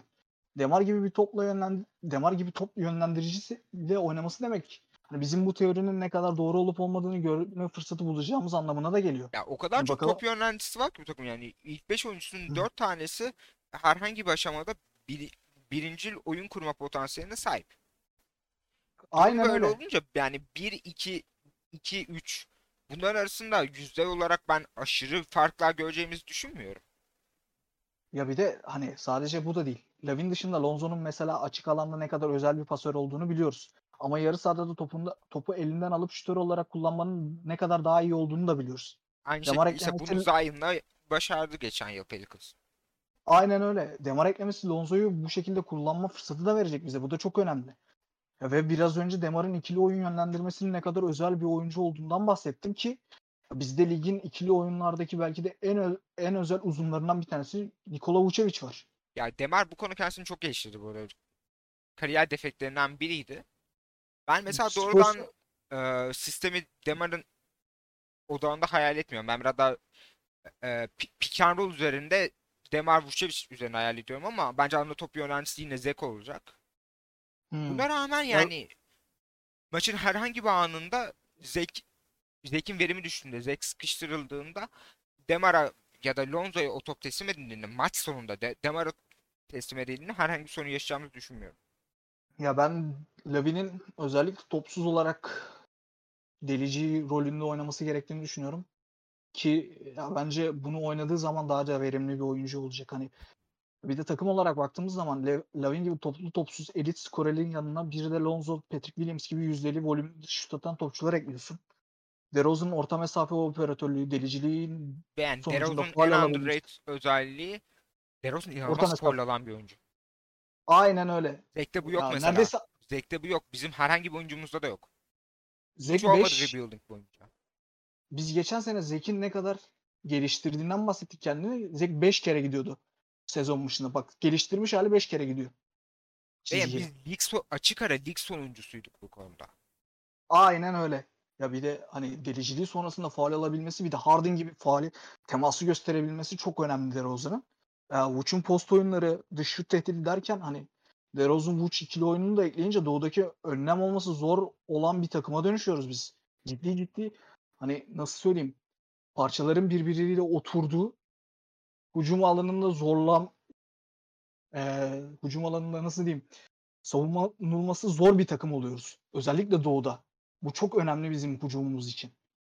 A: Demar gibi top yönlendiricisi de oynaması demek. Hani bizim bu teorinin ne kadar doğru olup olmadığını görme fırsatı bulacağımız anlamına da geliyor.
B: Ya o kadar
A: Hani
B: çok
A: bakalım.
B: top yönlendiricisi var ki bu takım yani ilk 5 oyuncusunun 4 tanesi herhangi bir aşamada birincil oyun kurma potansiyeline sahip. Durum
A: Aynen
B: böyle
A: öyle.
B: olunca yani 1-2-2-3 bunların arasında yüzde olarak ben aşırı farklar göreceğimizi düşünmüyorum.
A: Ya bir de hani sadece bu da değil. Lavin dışında Lonzo'nun mesela açık alanda ne kadar özel bir pasör olduğunu biliyoruz. Ama yarı sahada da topu elinden alıp şutör olarak kullanmanın ne kadar daha iyi olduğunu da biliyoruz.
B: Aynı
A: Demar
B: şekilde işte bunu
A: eklemesi
B: Zion'la başardı geçen yıl Pelicans.
A: aynen öyle. Demar eklemesi Lonzo'yu bu şekilde kullanma fırsatı da verecek bize. Bu da çok önemli. Ve biraz önce Demar'ın ikili oyun yönlendirmesinin ne kadar özel bir oyuncu olduğundan bahsettim ki bizde ligin ikili oyunlardaki belki de en özel uzunlarından bir tanesi Nikola Vucevic var.
B: Ya Demar bu konu kendisini çok geliştirdi bu arada. Kariyer defektlerinden biriydi. Ben mesela
A: Spurs
B: doğrudan sistemi Demar'ın odağında hayal etmiyorum. Ben biraz daha pick and roll üzerinde Demar Vucevic üzerine hayal ediyorum ama bence ana top yöneticisi yine Zeko olacak.
A: Hmm.
B: Buna rağmen
A: Ya,
B: yani maçın herhangi bir anında Zek'in verimi düştüğünde, Zek sıkıştırıldığında Demar'a ya da Lonzo'ya o top teslim edildiğinde maç sonunda Demar'a teslim edildiğinde herhangi bir sorun yaşayacağımızı düşünmüyorum.
A: ya ben Lavin'in özellikle topsuz olarak delici rolünde oynaması gerektiğini düşünüyorum. Ki ya bence bunu oynadığı zaman daha da verimli bir oyuncu olacak. Hani bir de takım olarak baktığımız zaman Lavin gibi toplu topsuz elit skorerlerin yanına bir de Lonzo, Patrick Williams gibi yüzdeli volümlü şut atan topçular ekliyorsun. DeRozan'ın orta mesafe operatörlüğü, deliciliğin
B: Ve yani
A: sonucunda
B: DeRozan'ın
A: faul
B: en
A: alabilmesi.
B: underrated özelliği, DeRozan
A: Orta
B: inanılmaz foul
A: mesafe.
B: alan bir oyuncu.
A: Aynen öyle.
B: Zek'te bu yok
A: Ya
B: mesela.
A: neredeyse
B: Zek'te bu yok. Bizim herhangi bir oyuncumuzda da yok. Hiç
A: Zek
B: olmadı
A: 5.
B: rebuilding boyunca.
A: Biz geçen sene Zek'in ne kadar geliştirdiğinden bahsettik kendini. Zek 5 kere gidiyordu sezon başında. Bak geliştirmiş hali 5 kere gidiyor
B: Ve yani
A: çizgiye.
B: biz açık ara lig sonuncusuyduk bu konuda.
A: Aynen öyle. Ya bir de hani deliciliği sonrasında faul alabilmesi, bir de Harden gibi faali teması gösterebilmesi çok önemli DeRozan'ın. Vooch'un post oyunları, dış şut tehdidi derken hani DeRozan Vooch ikili oyununu da ekleyince doğudaki önlem olması zor olan bir takıma dönüşüyoruz biz. Ciddi ciddi hani nasıl söyleyeyim, parçaların birbiriyle oturduğu, hücum alanında hücum alanında nasıl diyeyim, savunulması zor bir takım oluyoruz. Özellikle doğuda. Bu çok önemli bizim hücumumuz için.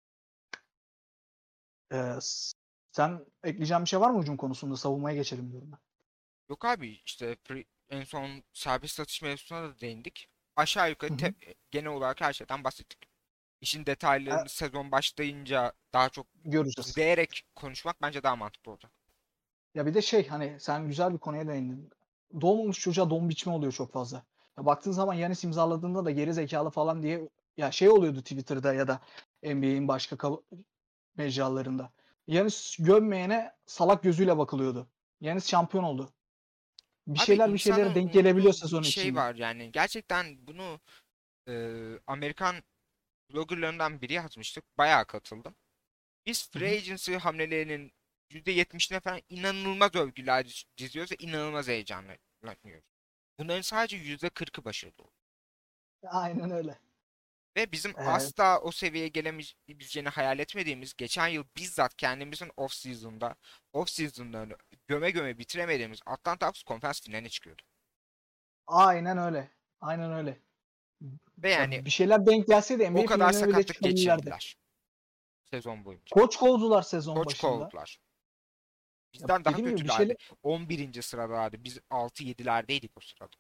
A: Sen ekleyeceğin bir şey var mı hücum konusunda? Savunmaya geçelim diyorum ben.
B: Yok abi işte en son serbest atış mevzusuna da değindik. Aşağı yukarı
A: Hı hı.
B: genel olarak her şeyden bahsettik. İşin
A: E,
B: detaylarını sezon başlayınca daha çok
A: göreceğiz.
B: izleyerek konuşmak bence daha mantıklı olacak.
A: Ya bir de hani sen güzel bir konuya değindin. Doğmamış çocuğa don biçme oluyor çok fazla. Ya baktığın zaman Yanis imzaladığında da geri zekalı falan diye ya oluyordu Twitter'da ya da NBA'in başka mecralarında. Yanis gömmeyene salak gözüyle bakılıyordu. Yanis şampiyon oldu.
B: Abi
A: Bir şeylere
B: insanın
A: denk gelebiliyor
B: unuttuğu bir
A: sezon
B: şey
A: içinde.
B: var yani. Gerçekten bunu Amerikan bloggerlarından biri yazmıştık. Bayağı katıldım. Biz
A: Hı
B: free
A: hı.
B: agency hamlelerinin %70'ine falan inanılmaz övgüler diziyoruz ve inanılmaz heyecanlanıyoruz. Bunların sadece %40'ı başarılı oldu.
A: Aynen öyle.
B: Ve bizim
A: Ee,
B: asla o seviyeye gelebileceğini hayal etmediğimiz, geçen yıl bizzat kendimizin off-season'larını göme göme bitiremediğimiz Atlanta Hawks konferans finaline çıkıyordu.
A: aynen öyle. Aynen öyle.
B: Ve
A: Ya
B: yani
A: bir şeyler denk gelseydi
B: o
A: NBA
B: kadar
A: finaline bile
B: sakatlık
A: çıkabilirlerdi.
B: geçirdiler sezon boyunca.
A: Koç kovdular sezon
B: Koç
A: başında.
B: kovdular.
A: Ya
B: Bizden daha
A: dediğim gibi bir şeyler,
B: kötülerdi. 11. sıradalardı. Biz 6-7'lerdeydik o sırada.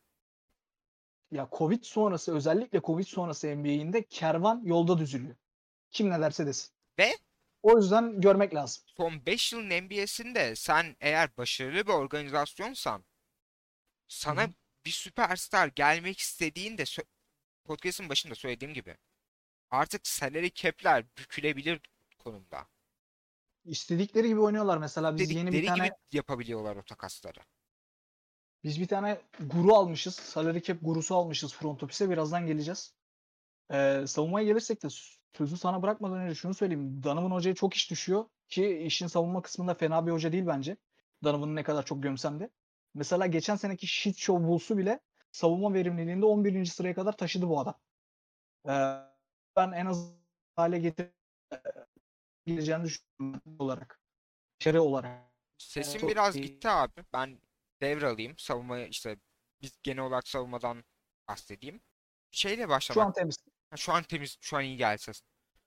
A: ya Covid sonrası, özellikle Covid sonrası NBA'inde kervan yolda düzülüyor. Kim ne derse desin.
B: Ve
A: O yüzden görmek lazım.
B: son 5 yılın NBA'sinde sen eğer başarılı bir organizasyonsan,
A: Hı
B: sana
A: hı.
B: bir süperstar gelmek istediğinde podcast'ın başında söylediğim gibi artık salary cap'ler bükülebilir konumda.
A: İstedikleri gibi oynuyorlar. Mesela
B: Dedikleri gibi yapabiliyorlar o takasları.
A: biz bir tane guru almışız. Salary cap gurusu almışız front office'e. Birazdan geleceğiz. Savunmaya gelirsek de sözü sana bırakmadan önce şunu söyleyeyim. Donovan Hoca'ya çok iş düşüyor ki işin savunma kısmında fena bir hoca değil bence. Donovan'ı ne kadar çok gömsem de. Mesela geçen seneki shit show Bulls'u bile savunma verimliliğinde 11. sıraya kadar taşıdı bu adam. Ee, Ben en az hale getirebileceğini düşünüyorum olarak. Başarı olarak.
B: Sesim
A: Çok
B: biraz
A: iyi.
B: gitti abi. Ben devralayım. Savunmaya işte biz genel olarak savunmadan bahsedeyim. Şeyle
A: Şu
B: başlamak.
A: an temiz.
B: Ha, şu an temiz, şu an iyi geldi ses.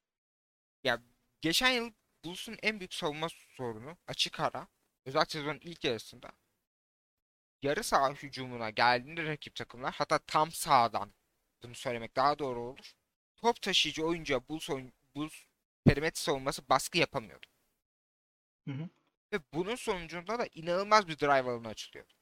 B: Ya geçen yıl Bulls'un en büyük savunma sorunu açık ara. Özellikle sezonun ilk yarısında. Yarı saha hücumuna geldiğinde rakip takımlar, hatta tam sahadan, bunu söylemek daha doğru olur. Top taşıyıcı oyuncuya Bulls perimetre savunması baskı yapamıyordu.
A: Hı hı.
B: Ve bunun sonucunda da inanılmaz bir drive alanı açılıyordu.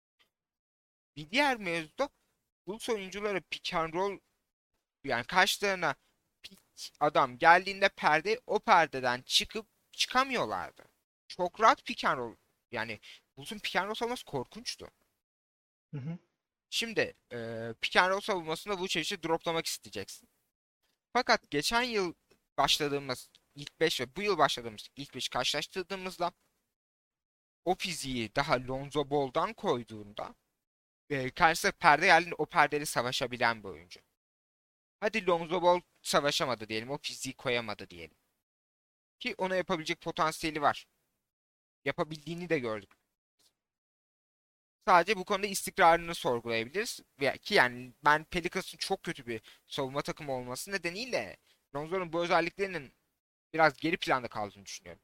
B: Bir diğer mevzu da Bulls oyuncuları pick and roll, yani karşılarına pick adam geldiğinde o perdeden çıkamıyorlardı. Çok rahat pick and roll, yani Bulls'un pick and roll savunması korkunçtu.
A: Hı hı.
B: Şimdi pick and roll savunmasında bu çeşidi droplamak isteyeceksin. Fakat geçen yıl başladığımız ilk 5 ve bu yıl başladığımız ilk 5 karşılaştırdığımızda o fiziği daha Lonzo Ball'dan koyduğunda karşısına perde geldiğinde o perdeyle savaşabilen bir oyuncu. Hadi Lonzo Ball savaşamadı diyelim, o fiziği koyamadı diyelim. Ki ona yapabilecek potansiyeli var. Yapabildiğini de gördük. Sadece bu konuda istikrarını sorgulayabiliriz. Ki yani ben Pelicans'ın çok kötü bir savunma takımı olması nedeniyle Lonzo'nun bu özelliklerinin biraz geri planda kaldığını düşünüyorum.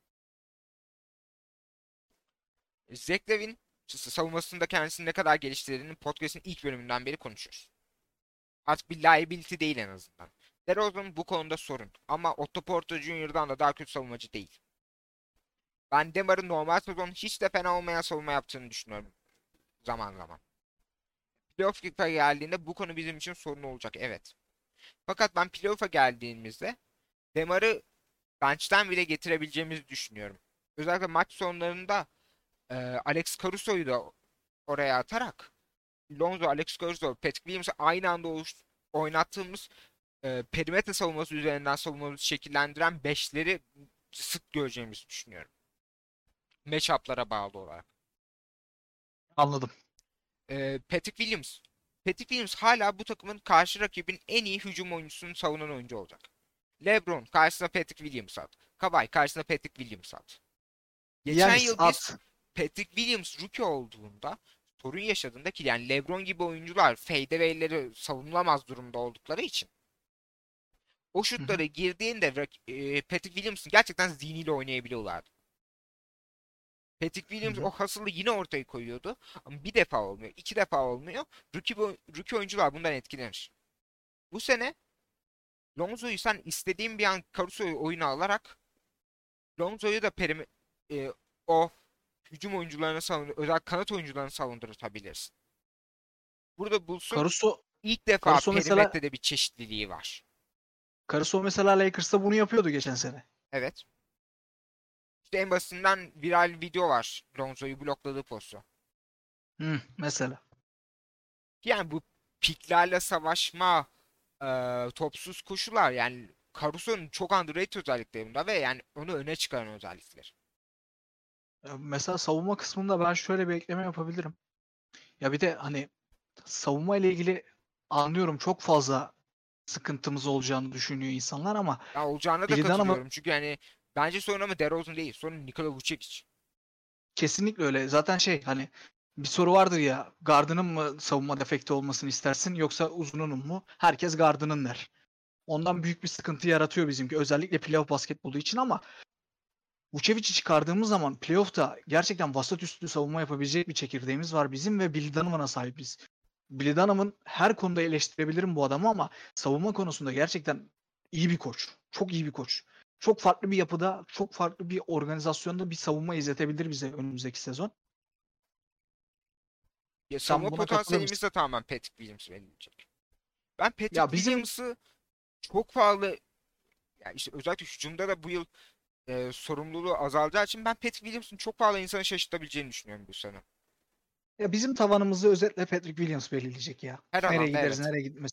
B: Zach Lavin savunmasında kendisini ne kadar geliştirdiğini podcast'in ilk bölümünden beri konuşuyoruz. Artık bir liability değil en azından. DeRozan bu konuda sorun. Ama Otto Porter Jr.'dan da daha kötü savunmacı değil. Ben Demar'ın normal sezon hiç de fena olmayan savunma yaptığını düşünüyorum zaman zaman. Playoff'a geldiğinde bu konu bizim için sorun olacak, evet. Fakat ben playoff'a geldiğimizde Demar'ı bench'ten bile getirebileceğimizi düşünüyorum. Özellikle maç sonlarında Alex Caruso'yu da oraya atarak Lonzo, Alex Caruso, Patrick Williams'ı aynı anda oynattığımız perimetre savunması üzerinden savunmamızı şekillendiren beşleri sık göreceğimizi düşünüyorum. Matchup'lara bağlı olarak.
A: Anladım.
B: Patrick Williams. Patrick Williams hala bu takımın karşı rakibin en iyi hücum oyuncusunu savunan oyuncu olacak. LeBron karşısına Patrick Williams at. Kawhi karşısına Patrick Williams at. Geçen
A: Giannis
B: yıl biz
A: at.
B: Patrick Williams rookie olduğunda sorun yaşadığında ki yani LeBron gibi oyuncular fadeaway'leri savunulamaz durumda oldukları için o
A: Hı hı.
B: şutları girdiğinde Patrick Williams'ın gerçekten zihniyle oynayabiliyorlardı. Patrick
A: Hı
B: Williams
A: hı.
B: o hustle'ı yine ortaya koyuyordu. Ama bir defa olmuyor, iki defa olmuyor. Rookie oyuncular bundan etkilenir. Bu sene Lonzo'yu sen istediğin bir an Caruso'yu oyuna alarak Lonzo'yu da e, o hücum oyuncularına özel kanat oyuncularına savundurtabilirsin. Burada Bulls'un
A: Caruso,
B: ilk defa
A: Caruso mesela
B: perimetrede bir çeşitliliği var.
A: Caruso mesela Lakers'ta bunu yapıyordu geçen sene.
B: Evet. İşte en basitinden viral video var. Lonzo'yu blokladığı pozisyon.
A: Mesela.
B: Yani bu piklerle savaşma, topsuz koşular yani Caruso'nun çok underrated özellikleri bunda ve yani onu öne çıkaran özellikler.
A: Mesela savunma kısmında ben şöyle bir ekleme yapabilirim. Ya bir de hani savunma ile ilgili anlıyorum, çok fazla sıkıntımız olacağını düşünüyor insanlar ama
B: Ya olacağına da
A: Billy Donovan
B: katılıyorum çünkü yani bence sorun ama DeRozan değil. Sorun Nikola Vucevic.
A: kesinlikle öyle. Zaten şey, hani bir soru vardır ya, gardının mı savunma defekti olmasını istersin yoksa uzununun mu? Herkes gardının der. Ondan büyük bir sıkıntı yaratıyor bizimki. Özellikle playoff basketbolu için ama Vucevic'i çıkardığımız zaman playoff'ta gerçekten vasat üstü savunma yapabilecek bir çekirdeğimiz var bizim ve Billy Donovan'a sahibiz. Billy Donovan, her konuda eleştirebilirim bu adamı ama savunma konusunda gerçekten iyi bir koç. Çok iyi bir koç. Çok farklı bir yapıda, çok farklı bir organizasyonda bir savunma izletebilir bize önümüzdeki sezon.
B: Ya
A: Sen
B: savunma
A: buna katılır
B: potansiyelimiz
A: mısın?
B: de tamamen Patrick Williams belirleyecek. Ben Patrick
A: Ya bizim
B: Williams'ı çok fazla yani işte özellikle hücumda da bu yıl sorumluluğu azalacağı için ben Patrick Williams'ın çok fazla insanı şaşırtabileceğini düşünüyorum bu sene.
A: bizim tavanımızı özetle Patrick Williams belirleyecek ya.
B: Her
A: Nereye
B: alanda
A: gideriz,
B: evet.
A: nereye gitmez.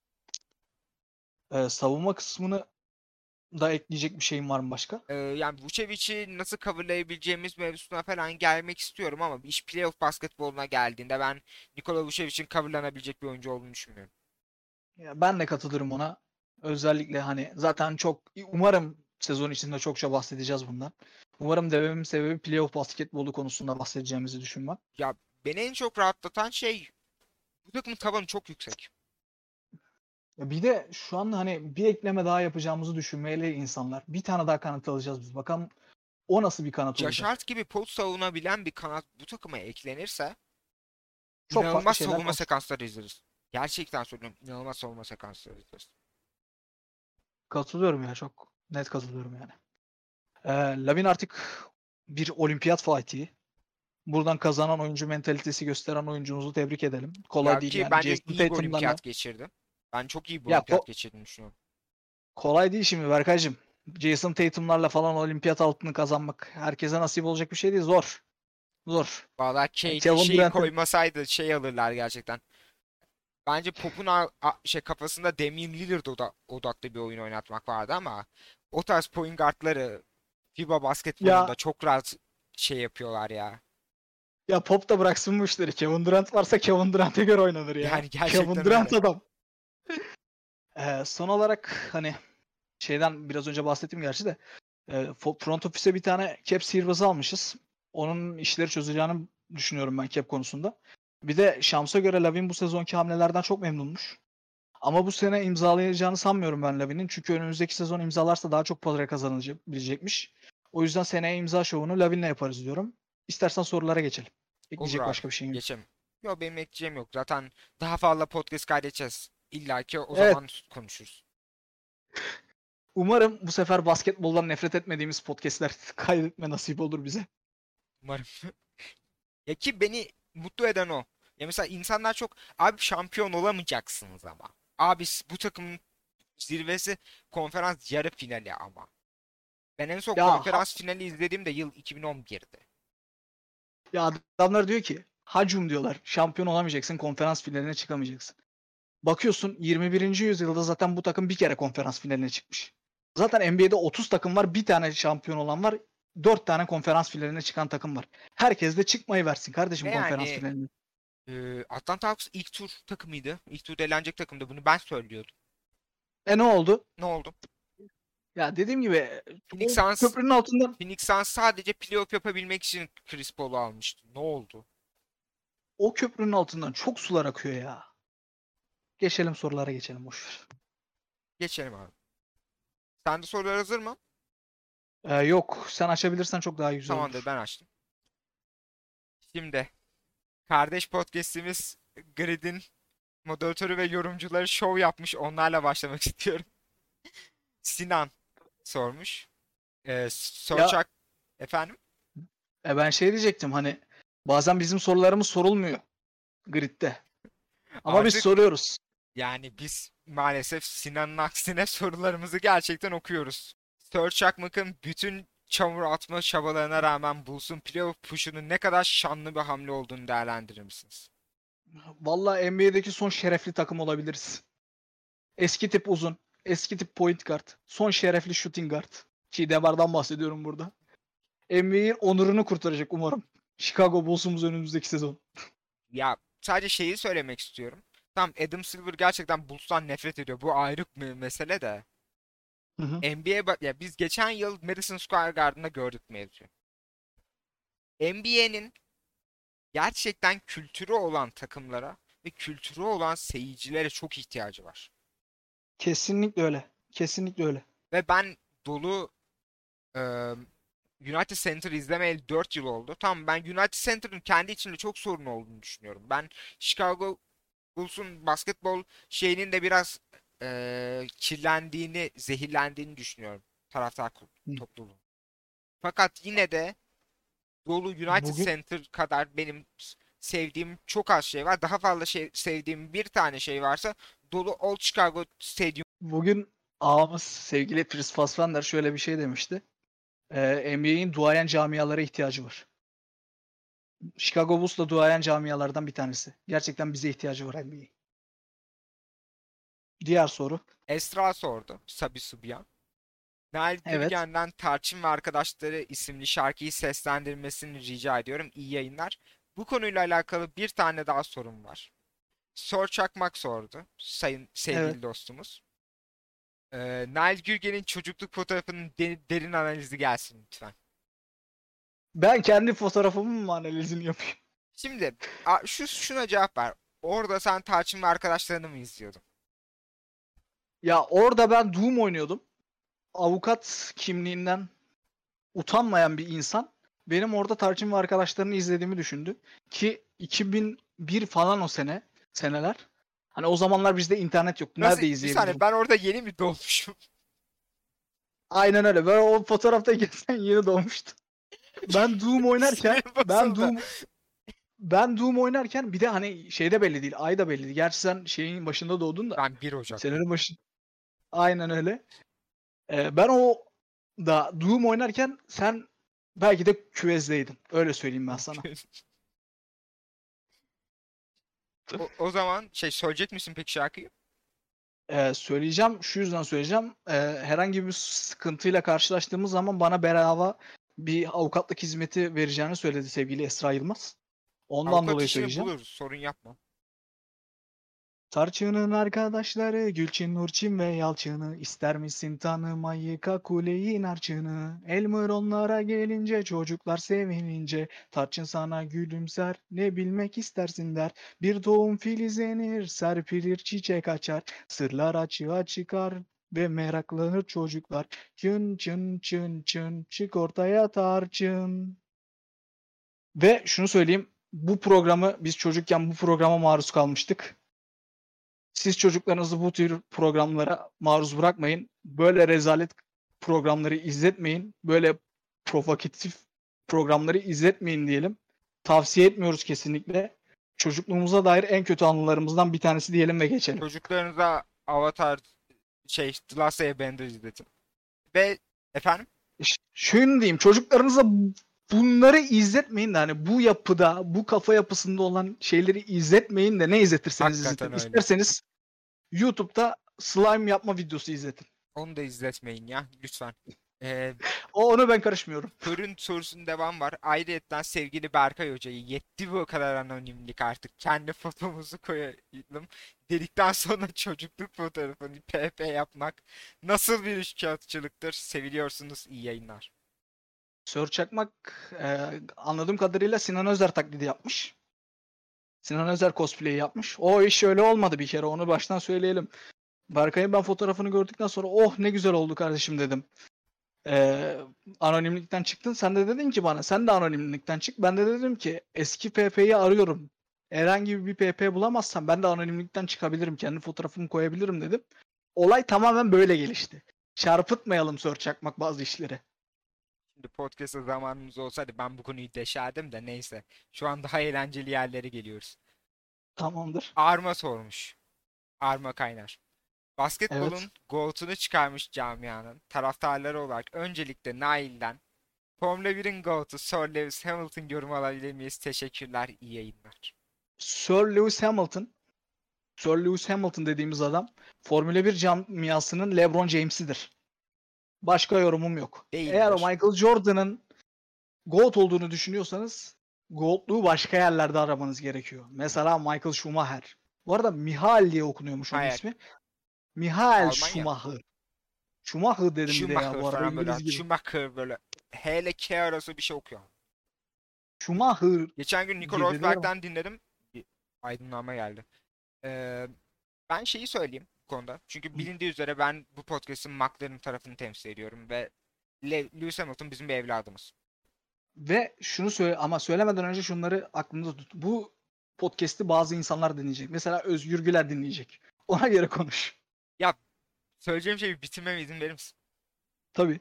A: Savunma kısmını da ekleyecek bir şeyim var mı başka?
B: Yani Vucevic'i nasıl coverlayabileceğimiz mevzusuna falan gelmek istiyorum ama iş playoff basketboluna geldiğinde ben Nikola Vucevic'in coverlanabilecek bir oyuncu olduğunu düşünmüyorum.
A: Ya ben de katılırım ona. Özellikle hani zaten çok umarım sezon içinde çokça bahsedeceğiz bundan. Umarım dememin sebebi playoff basketbolu konusunda bahsedeceğimizi düşünmem.
B: Ya beni en çok rahatlatan şey bu takımın tavanı çok yüksek.
A: Ya bir de şu an hani bir ekleme daha yapacağımızı düşünmeli insanlar. Bir tane daha kanat alacağız biz. Bakalım o nasıl bir kanat
B: Josh
A: olacak.
B: Hart gibi pot savunabilen bir kanat bu takıma eklenirse
A: Çok farklı
B: inanılmaz
A: şeyler
B: savunma
A: konuştuk.
B: sekansları izleriz. Gerçekten söylüyorum, inanılmaz savunma sekansları izleriz.
A: Katılıyorum ya, çok net katılıyorum yani. Lavin artık bir olimpiyat fatihi. Buradan kazanan oyuncu mentalitesi gösteren oyuncumuzu tebrik edelim.
B: Ya
A: Kolay değil
B: ki
A: yani.
B: bence
A: Jason
B: iyi bir
A: Tatum'larla.
B: olimpiyat geçirdi. Ben çok iyi bir
A: Ya
B: olimpiyat geçirdiğini düşünüyorum.
A: kolay değil şimdi Berkaycığım. Jason Tatum'larla falan olimpiyat altını kazanmak herkese nasip olacak bir şey değil. Zor. Zor.
B: Valla
A: Yani
B: KD
A: Kevin
B: şeyi
A: Durant'ın,
B: koymasaydı şey alırlar gerçekten. Bence Pop'un kafasında Damian Lillard odaklı bir oyun oynatmak vardı ama o tarz point guardları FIBA basketbolunda
A: ya
B: çok rahat şey yapıyorlar ya.
A: Pop da bıraksın bu işleri. Kevin Durant varsa Kevin Durant'e göre oynanır ya.
B: Yani
A: Kevin
B: gerçekten
A: Durant
B: öyle.
A: adam. Son olarak hani şeyden biraz önce bahsettim gerçi de front office'e bir tane cap sihirbazı almışız. Onun işleri çözeceğini düşünüyorum ben cap konusunda. Bir de Şams'a göre Lavin bu sezonki hamlelerden çok memnunmuş. Ama bu sene imzalayacağını sanmıyorum ben Lavin'in. Çünkü önümüzdeki sezon imzalarsa daha çok para kazanabilecekmiş. O yüzden seneye imza şovunu Lavin'le yaparız diyorum. İstersen sorulara geçelim.
B: Olur
A: Ekleyecek
B: abi.
A: başka bir şeyim yok.
B: Geçelim. Yok benim ekleyeceğim yok. Zaten daha fazla podcast kaydedeceğiz. İlla ki o
A: Evet,
B: zaman konuşuruz.
A: Umarım bu sefer basketboldan nefret etmediğimiz podcastler kaydetme nasip olur bize.
B: Umarım. Ya ki beni mutlu eden o. Ya mesela insanlar çok abi şampiyon olamayacaksınız ama. Abi bu takımın zirvesi konferans yarı finali ama. Ben en son
A: Ya
B: konferans finali izlediğimde yıl 2011'di.
A: ya adamlar diyor ki Hacum diyorlar. Şampiyon olamayacaksın, konferans finaline çıkamayacaksın. Bakıyorsun 21. yüzyılda zaten bu takım bir kere konferans finaline çıkmış. Zaten NBA'de 30 takım var, bir tane şampiyon olan var. 4 tane konferans finaline çıkan takım var. Herkes de çıkmayı versin kardeşim
B: Ve
A: konferans
B: yani
A: finaline.
B: Atlanta Hawks ilk tur takımıydı. İlk turda elenecek takımdı. Bunu ben söylüyordum.
A: Ne oldu?
B: Ne oldu?
A: Ya dediğim gibi
B: Phoenix
A: o
B: Suns,
A: köprünün altından
B: Phoenix Suns sadece playoff yapabilmek için Chris Paul'u almıştı. Ne oldu?
A: çok sular akıyor ya. Geçelim sorulara geçelim boşver.
B: Geçelim abi. Sende sorular hazır mı?
A: Yok sen açabilirsen çok daha güzel
B: Tamamdır,
A: olur.
B: ben açtım. Şimdi kardeş podcast'imiz Grid'in moderatörü ve yorumcuları şov yapmış. Onlarla başlamak istiyorum. Sinan sormuş.
A: Ya
B: Soracak efendim.
A: ben şey diyecektim hani bazen bizim sorularımız sorulmuyor gridde. Ama biz
B: Artık
A: soruyoruz.
B: yani biz maalesef Sinan'ın aksine sorularımızı gerçekten okuyoruz. Sir Çakmak'ın bütün çamur atma çabalarına rağmen Bulls'un playoff push'unun ne kadar şanlı bir hamle olduğunu değerlendirir misiniz?
A: Vallahi NBA'deki son şerefli takım olabiliriz. Eski tip uzun, eski tip point guard, son şerefli shooting guard. Ki Demar'dan bahsediyorum burada. NBA'in onurunu kurtaracak umarım. Chicago Bulls'umuz önümüzdeki sezon.
B: Ya sadece şeyi söylemek istiyorum. Tamam, Adam Silver gerçekten Bulls'tan nefret ediyor. Bu ayrı bir mesele de.
A: Hı hı.
B: Ya biz geçen yıl Madison Square Garden'da gördük mevzuyu. NBA'nin gerçekten kültürü olan takımlara ve kültürü olan seyircilere çok ihtiyacı var.
A: Kesinlikle öyle. Kesinlikle öyle.
B: Ve ben dolu e, United Center izlemeyeli 4 yıl oldu. Tamam, ben United Center'ın kendi içinde çok sorun olduğunu düşünüyorum. Ben Chicago Bulls'un basketbol şeyinin de biraz kirlendiğini, zehirlendiğini düşünüyorum. Taraftar
A: Hı.
B: topluluğu. Fakat yine de dolu United
A: Bugün
B: Center kadar benim sevdiğim çok az şey var. Daha fazla şey sevdiğim bir tane şey varsa dolu Old Chicago Stadium.
A: bugün ağamız sevgili Chris Fassbender şöyle bir şey demişti. NBA'in duayen camialara ihtiyacı var. Chicago Bulls da duayen camialardan bir tanesi. Gerçekten bize ihtiyacı var NBA'in. Diğer soru.
B: Esra sordu. Sabi Subyan. Nail
A: Evet.
B: Gürgen'den Tarçın ve Arkadaşları isimli şarkıyı seslendirmesini rica ediyorum. İyi yayınlar. Bu konuyla alakalı bir tane daha sorum var. Sor Çakmak sordu. Sayın
A: Evet.
B: sevgili dostumuz. Nail Gürgen'in çocukluk fotoğrafının derin analizi gelsin lütfen.
A: Ben kendi fotoğrafımın mı analizini yapayım?
B: Şimdi şuna cevap ver. Orada sen Tarçın ve Arkadaşlarını mı izliyordun?
A: Ya orada ben Doom oynuyordum. Avukat kimliğinden utanmayan bir insan benim orada Tarçın ve arkadaşlarını izlediğimi düşündü. Ki 2001 falan o seneler. Hani o zamanlar bizde internet yoktu.
B: Nasıl?
A: Nerede
B: Bir saniye,
A: izleyebilirim?
B: ben orada yeni mi doğmuşum?
A: Aynen öyle. Ben o fotoğraftayken sen yeni doğmuştun. Ben Doom oynarken
B: Sinirim bozuldu.
A: ben Doom oynarken bir de hani şeyde belli değil. Ay da belli değil. Gerçi sen şeyin başında doğdun da.
B: Ben 1 Ocak'tayım.
A: Senenin başı. Aynen öyle. Ben o da Doom oynarken sen belki de küvezdeydin. Öyle söyleyeyim ben sana.
B: O zaman şey söyleyecek misin peki şarkıyı?
A: Söyleyeceğim. Şu yüzden söyleyeceğim. Herhangi bir sıkıntıyla karşılaştığımız zaman bana bedava bir avukatlık hizmeti vereceğini söyledi sevgili Esra Yılmaz. Ondan
B: Avukat
A: dolayı
B: işini
A: söyleyeceğim.
B: buluruz, sorun yapma.
A: Tarçın'ın arkadaşları Gülçin, Nurçin ve Yalçın'ı ister misin tanımayı Kakule'yi narçını Elmer onlara gelince çocuklar sevinince Tarçın sana gülümser ne bilmek istersin der Bir tohum filizlenir serpilir çiçek açar Sırlar açığa çıkar ve meraklanır çocuklar Çın çın çın çın çık ortaya Tarçın. Ve şunu söyleyeyim, bu programı biz çocukken bu programa maruz kalmıştık. Siz çocuklarınızı bu tür programlara maruz bırakmayın. Böyle rezalet programları izletmeyin. Böyle provokatif programları izletmeyin diyelim. Tavsiye etmiyoruz kesinlikle. Çocukluğumuza dair en kötü anılarımızdan bir tanesi diyelim ve geçelim.
B: Çocuklarınıza Avatar The Last Airbender izletin. Ve efendim
A: Şunu diyeyim, çocuklarınıza bunları izletmeyin de hani bu yapıda, bu kafa yapısında olan şeyleri izletmeyin de ne izletirseniz
B: hakikaten
A: izletin.
B: öyle.
A: İsterseniz YouTube'da slime yapma videosu izletin.
B: Onu da izletmeyin ya lütfen. Ee,
A: Onu ben karışmıyorum.
B: Kör'ün sorusunun devam var. Ayrıca sevgili Berkay Hoca'yı yetti bu kadar anonimlik artık. Kendi fotomuzu koyalım. Dedikten sonra çocukluk fotoğrafını PP yapmak nasıl bir üçkağıtçılıktır? Seviliyorsunuz. İyi yayınlar.
A: Sör Çakmak anladığım kadarıyla Sinan Özer taklidi yapmış. Sinan Özer cosplay'i yapmış. O iş öyle olmadı bir kere. Onu baştan söyleyelim. Berkay'ın ben fotoğrafını gördükten sonra oh ne güzel oldu kardeşim dedim. Ee, Anonimlikten çıktın. Sen de dedin ki bana sen de anonimlikten çık. Ben de dedim ki eski PP'yi arıyorum. Herhangi bir PP bulamazsam ben de anonimlikten çıkabilirim. Kendi fotoğrafımı koyabilirim dedim. Olay tamamen böyle gelişti. Çarpıtmayalım Sör Çakmak bazı işleri.
B: Şimdi podcast'a zamanımız olsaydı ben bu konuyu deşerdim de neyse. Şu an daha eğlenceli yerlere geliyoruz.
A: Tamamdır.
B: Arma sormuş. Arma Kaynar.
A: Evet.
B: Basketbolun GOAT'unu çıkarmış camianın taraftarları olarak öncelikle Nail'den Formula 1'in GOAT'u Sir Lewis Hamilton yorum alabilir miyiz? Teşekkürler, iyi yayınlar.
A: Sir Lewis Hamilton. Sir Lewis Hamilton dediğimiz adam Formula 1 camiasının LeBron James'idir. Başka yorumum yok. Eğer o
B: Değildir.
A: Michael Jordan'ın GOAT olduğunu düşünüyorsanız GOAT'luğu başka yerlerde aramanız gerekiyor. Mesela Michael Schumacher. Bu arada Michael diye okunuyormuş onun
B: Hayır.
A: ismi. Michael
B: Almanya.
A: Schumacher. Schumacher dedim bir de ya
B: Schumacher
A: bu arada
B: falan böyle.
A: İngiliz gibi.
B: Schumacher böyle. H ile K arası bir şey okuyor.
A: Schumacher
B: Geçen gün Nico
A: gibi diyorum.
B: Rosberg'den dinledim. Bir aydınlanma geldi. Ee, Ben şeyi söyleyeyim bu konuda. Çünkü bilindiği üzere ben bu podcast'ın McLaren tarafını temsil ediyorum ve Lewis Hamilton bizim bir evladımız.
A: Ve şunu söyle ama söylemeden önce şunları aklınızda tut. Bu podcast'i bazı insanlar dinleyecek. Mesela Özgür Güler dinleyecek. Ona göre konuş.
B: Ya söyleyeceğim şeyi bitirmeme izin verir misin?
A: Tabii.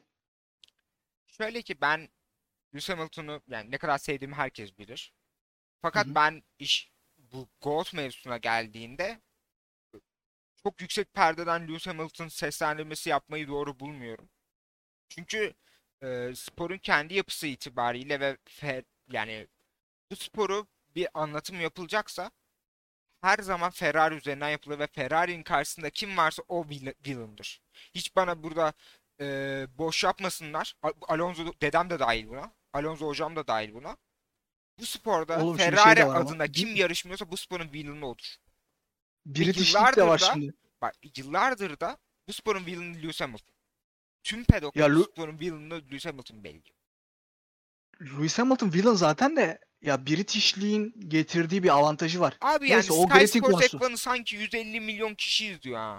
B: Şöyle ki ben Lewis Hamilton'u yani ne kadar sevdiğimi herkes bilir.
A: Hı
B: Fakat
A: hı.
B: ben bu GOAT mevzusuna geldiğinde çok yüksek perdeden Lewis Hamilton seslendirmesi yapmayı doğru bulmuyorum. Çünkü sporun kendi yapısı itibariyle ve yani bu sporu bir anlatım yapılacaksa her zaman Ferrari üzerinden yapılır ve Ferrari'nin karşısında kim varsa o villain'dır. Hiç bana burada boş yapmasınlar. Alonso dedem de dahil buna. Alonso hocam da dahil buna. Bu sporda
A: Oğlum şimdi şey
B: Ferrari
A: de var ama.
B: adına kim yarışmıyorsa bu sporun villain'ı odur. Ve
A: Britishlik de var
B: yıllardır da
A: şimdi.
B: bak yıllardır da bu sporun villain'ı Lewis Hamilton. Tüm pedokta
A: Ya
B: bu sporun villain'ı Lewis Hamilton belli.
A: Lewis Hamilton villain zaten de ya Britishliğin getirdiği bir avantajı var.
B: Abi yani
A: Neyse o
B: Sky
A: Gret'in
B: Sports
A: konusu.
B: ekranı sanki 150 milyon kişi izliyor ha.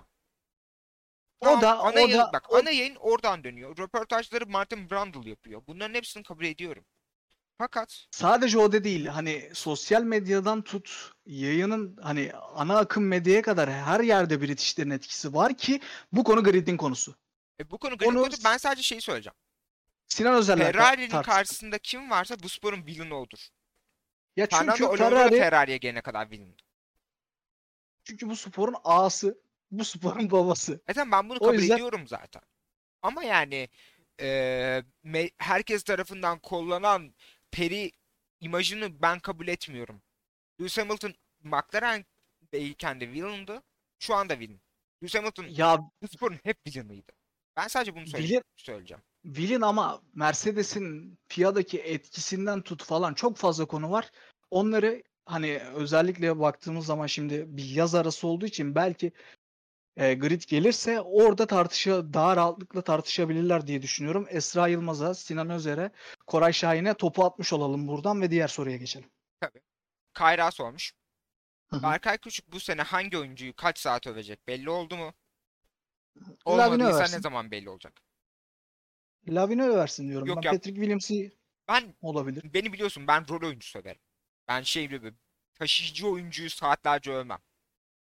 A: O
B: Tamam
A: da
B: ana
A: o
B: yayın
A: da
B: bak
A: o
B: ana yayın oradan dönüyor. Röportajları Martin Brundle yapıyor. Bunların hepsini kabul ediyorum. Fakat
A: sadece o da değil. Hani sosyal medyadan tut yayının hani ana akım medyaya kadar her yerde Britishlerin etkisi var ki bu konu Grid'in konusu.
B: bu konu gıcık
A: Onu
B: konusu ben sadece şeyi söyleyeceğim.
A: Sinan Özer'le
B: Ferrari'nin
A: tartıştık.
B: karşısında kim varsa bu sporun villainı odur.
A: Ya
B: Fernando
A: çünkü
B: Alonso da
A: Ferrari
B: Ferrari'ye gelene kadar villain'dı.
A: çünkü bu sporun ağası, bu sporun babası.
B: Zaten ben bunu
A: O
B: kabul
A: yüzden
B: ediyorum zaten. Ama yani herkes tarafından kollanan peri imajını ben kabul etmiyorum. Lewis Hamilton McLaren'deyken de villain'dı. Şu anda villain. Lewis Hamilton
A: ya
B: bu sporun hep villain'ıydı. Ben sadece bunu
A: William
B: söyleyeceğim.
A: Will'in ama Mercedes'in FIA'daki etkisinden tut falan çok fazla konu var. Onları hani özellikle baktığımız zaman şimdi bir yaz arası olduğu için belki grid gelirse orada daha rahatlıkla tartışabilirler diye düşünüyorum. Esra Yılmaz'a, Sinan Özer'e, Koray Şahin'e topu atmış olalım buradan ve diğer soruya geçelim.
B: Tabii. Kayra sormuş.
A: Hı hı.
B: Berkay Küçük bu sene hangi oyuncuyu kaç saat övecek? Belli oldu mu?
A: Lavine
B: Olmadıysa ne
A: översin.
B: zaman belli olacak?
A: Lavine översin diyorum.
B: Yok
A: Ben
B: ya
A: Patrick Williams'i
B: ben
A: olabilir.
B: beni biliyorsun ben rol oyuncusu severim. Ben şey gibi taşıyıcı oyuncuyu saatlerce övmem.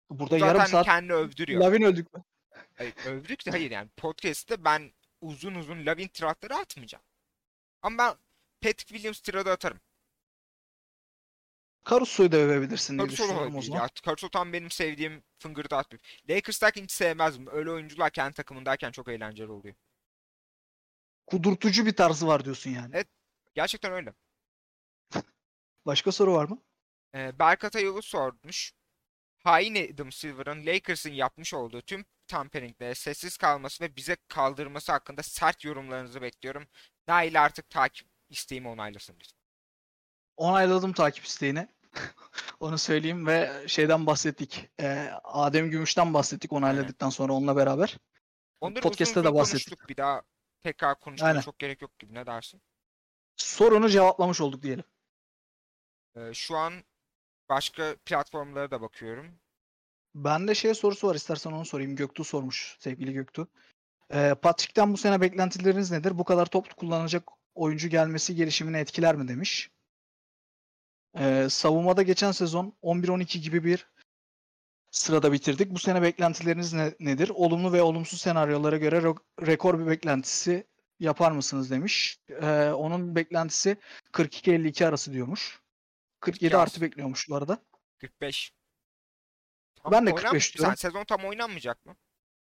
A: Burada yarım
B: Zaten
A: saat
B: kendini övdürüyor.
A: Lavin öldük mü?
B: Hayır, övdük de hayır yani podcast'te ben uzun uzun Lavin tiratları atmayacağım. Ama ben Patrick Williams tiradı atarım.
A: Caruso'yu da övebilirsin diye
B: Caruso da
A: düşünüyorum o
B: olabilir
A: zaman.
B: ya. Caruso tam benim sevdiğim fıngırdat bir. Lakers'tayken hiç sevmezdim. Öyle oyuncular kendi takımındayken çok eğlenceli oluyor.
A: Kudurtucu bir tarzı var diyorsun yani.
B: Evet, gerçekten öyle.
A: Başka soru var mı?
B: Berkata Yolu sormuş. Hain Adam Silver'ın Lakers'ın yapmış olduğu tüm tampering'lere sessiz kalması ve bize kaldırması hakkında sert yorumlarınızı bekliyorum. Nail artık takip isteğimi onaylasın lütfen.
A: Onayladım takip isteğini. Onu söyleyeyim ve şeyden bahsettik. Adem Gümüş'ten bahsettik
B: Aynen.
A: onayladıktan sonra onunla beraber.
B: Onları uzun
A: Podcast'te
B: uzun
A: de bahsettik.
B: konuştuk. Bir daha tekrar konuşmaya
A: Aynen.
B: çok gerek yok gibi. Ne dersin?
A: Sorunu cevaplamış olduk diyelim.
B: Şu an başka platformlara da bakıyorum.
A: Bende şey sorusu var, istersen onu sorayım. Göktuğ sormuş, sevgili Göktuğ. Patrick'ten bu sene beklentileriniz nedir? Bu kadar top kullanacak oyuncu gelmesi gelişimini etkiler mi demiş. Savunmada geçen sezon 11-12 gibi bir sırada bitirdik. Bu sene beklentileriniz nedir? Olumlu ve olumsuz senaryolara göre rekor bir beklentisi yapar mısınız demiş. Onun beklentisi 42-52 arası diyormuş. 47 artı
B: Yaz.
A: bekliyormuş bu arada.
B: 45. Tam
A: Ben de 45
B: sen
A: diyorum.
B: sezon tam oynanmayacak mı?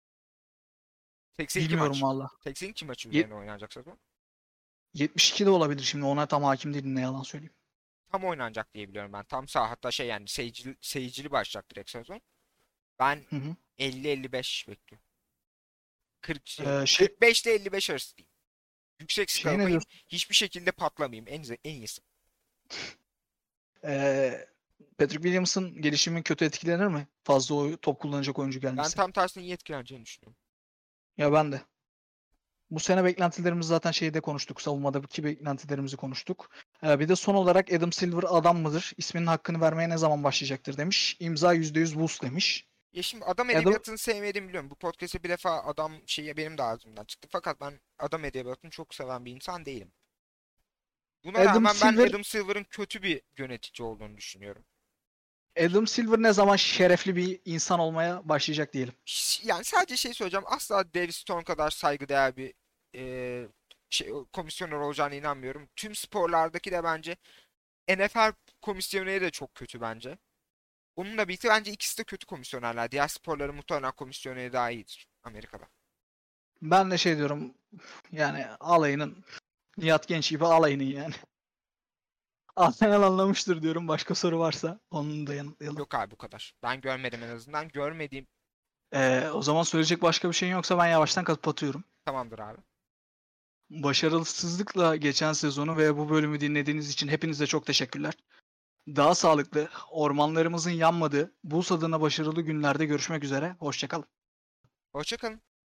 B: 82
A: Bilmiyorum
B: maç.
A: valla.
B: 82 maç
A: Ye-
B: üzerine oynanacak sezon.
A: 72 de olabilir şimdi. Ona tam hakim değilim, ne yalan söyleyeyim.
B: Tam oynanacak diye biliyorum ben. Tam sağ hatta şey yani seyircili başlayacak direkt sezon. Ben
A: Hı hı.
B: 50-55 bekliyorum. 40,
A: Şey
B: 45 ile 55 arası diyeyim. Yüksek
A: şey ne
B: skalayım.
A: diyorsun?
B: Hiçbir şekilde patlamayayım. En iyisi.
A: Ee, Patrick Williams'ın gelişimi kötü etkilenir mi? Fazla top kullanacak oyuncu
B: Ben
A: gelmesi.
B: tam tersine iyi etkileneceğini düşünüyorum.
A: Ya ben de. Bu sene beklentilerimizi zaten şeyde konuştuk. Savunmadaki beklentilerimizi konuştuk. Bir de son olarak Adam Silver adam mıdır? İsminin hakkını vermeye ne zaman başlayacaktır demiş. İmza %100 Bulls demiş.
B: Ya şimdi adam
A: Adam
B: edebiyatını sevmediğimi biliyorum. Bu podcast'e bir defa adam şeyi benim de ağzımdan çıktı. Fakat ben adam edebiyatını çok seven bir insan değilim. Buna
A: Adam
B: rağmen ben
A: Silver
B: Adam Silver'ın kötü bir yönetici olduğunu düşünüyorum.
A: Adam Silver ne zaman şerefli bir insan olmaya başlayacak diyelim.
B: Yani sadece şey söyleyeceğim. Asla David Stone kadar saygıdeğer bir komisyoner olacağına inanmıyorum. Tüm sporlardaki de bence NFL komisyoneri de çok kötü bence. Onunla birlikte bence ikisi de kötü komisyonerler. Diğer sporların muhtemelen komisyoneri daha iyidir Amerika'da.
A: Ben de şey diyorum, yani alayının Nihat Genç gibi alayının yani. Arsenal anlamıştır diyorum. Başka soru varsa onu da yanıtlayalım.
B: Yok abi bu kadar. Ben görmedim en azından. Görmediğim
A: O zaman söyleyecek başka bir şeyin yoksa ben yavaştan kapatıyorum.
B: tamamdır abi.
A: Başarısızlıkla geçen sezonu ve bu bölümü dinlediğiniz için hepinize çok teşekkürler. Daha sağlıklı, ormanlarımızın yanmadığı, Buz adına başarılı günlerde görüşmek üzere. Hoşça kalın.
B: Hoşça kalın.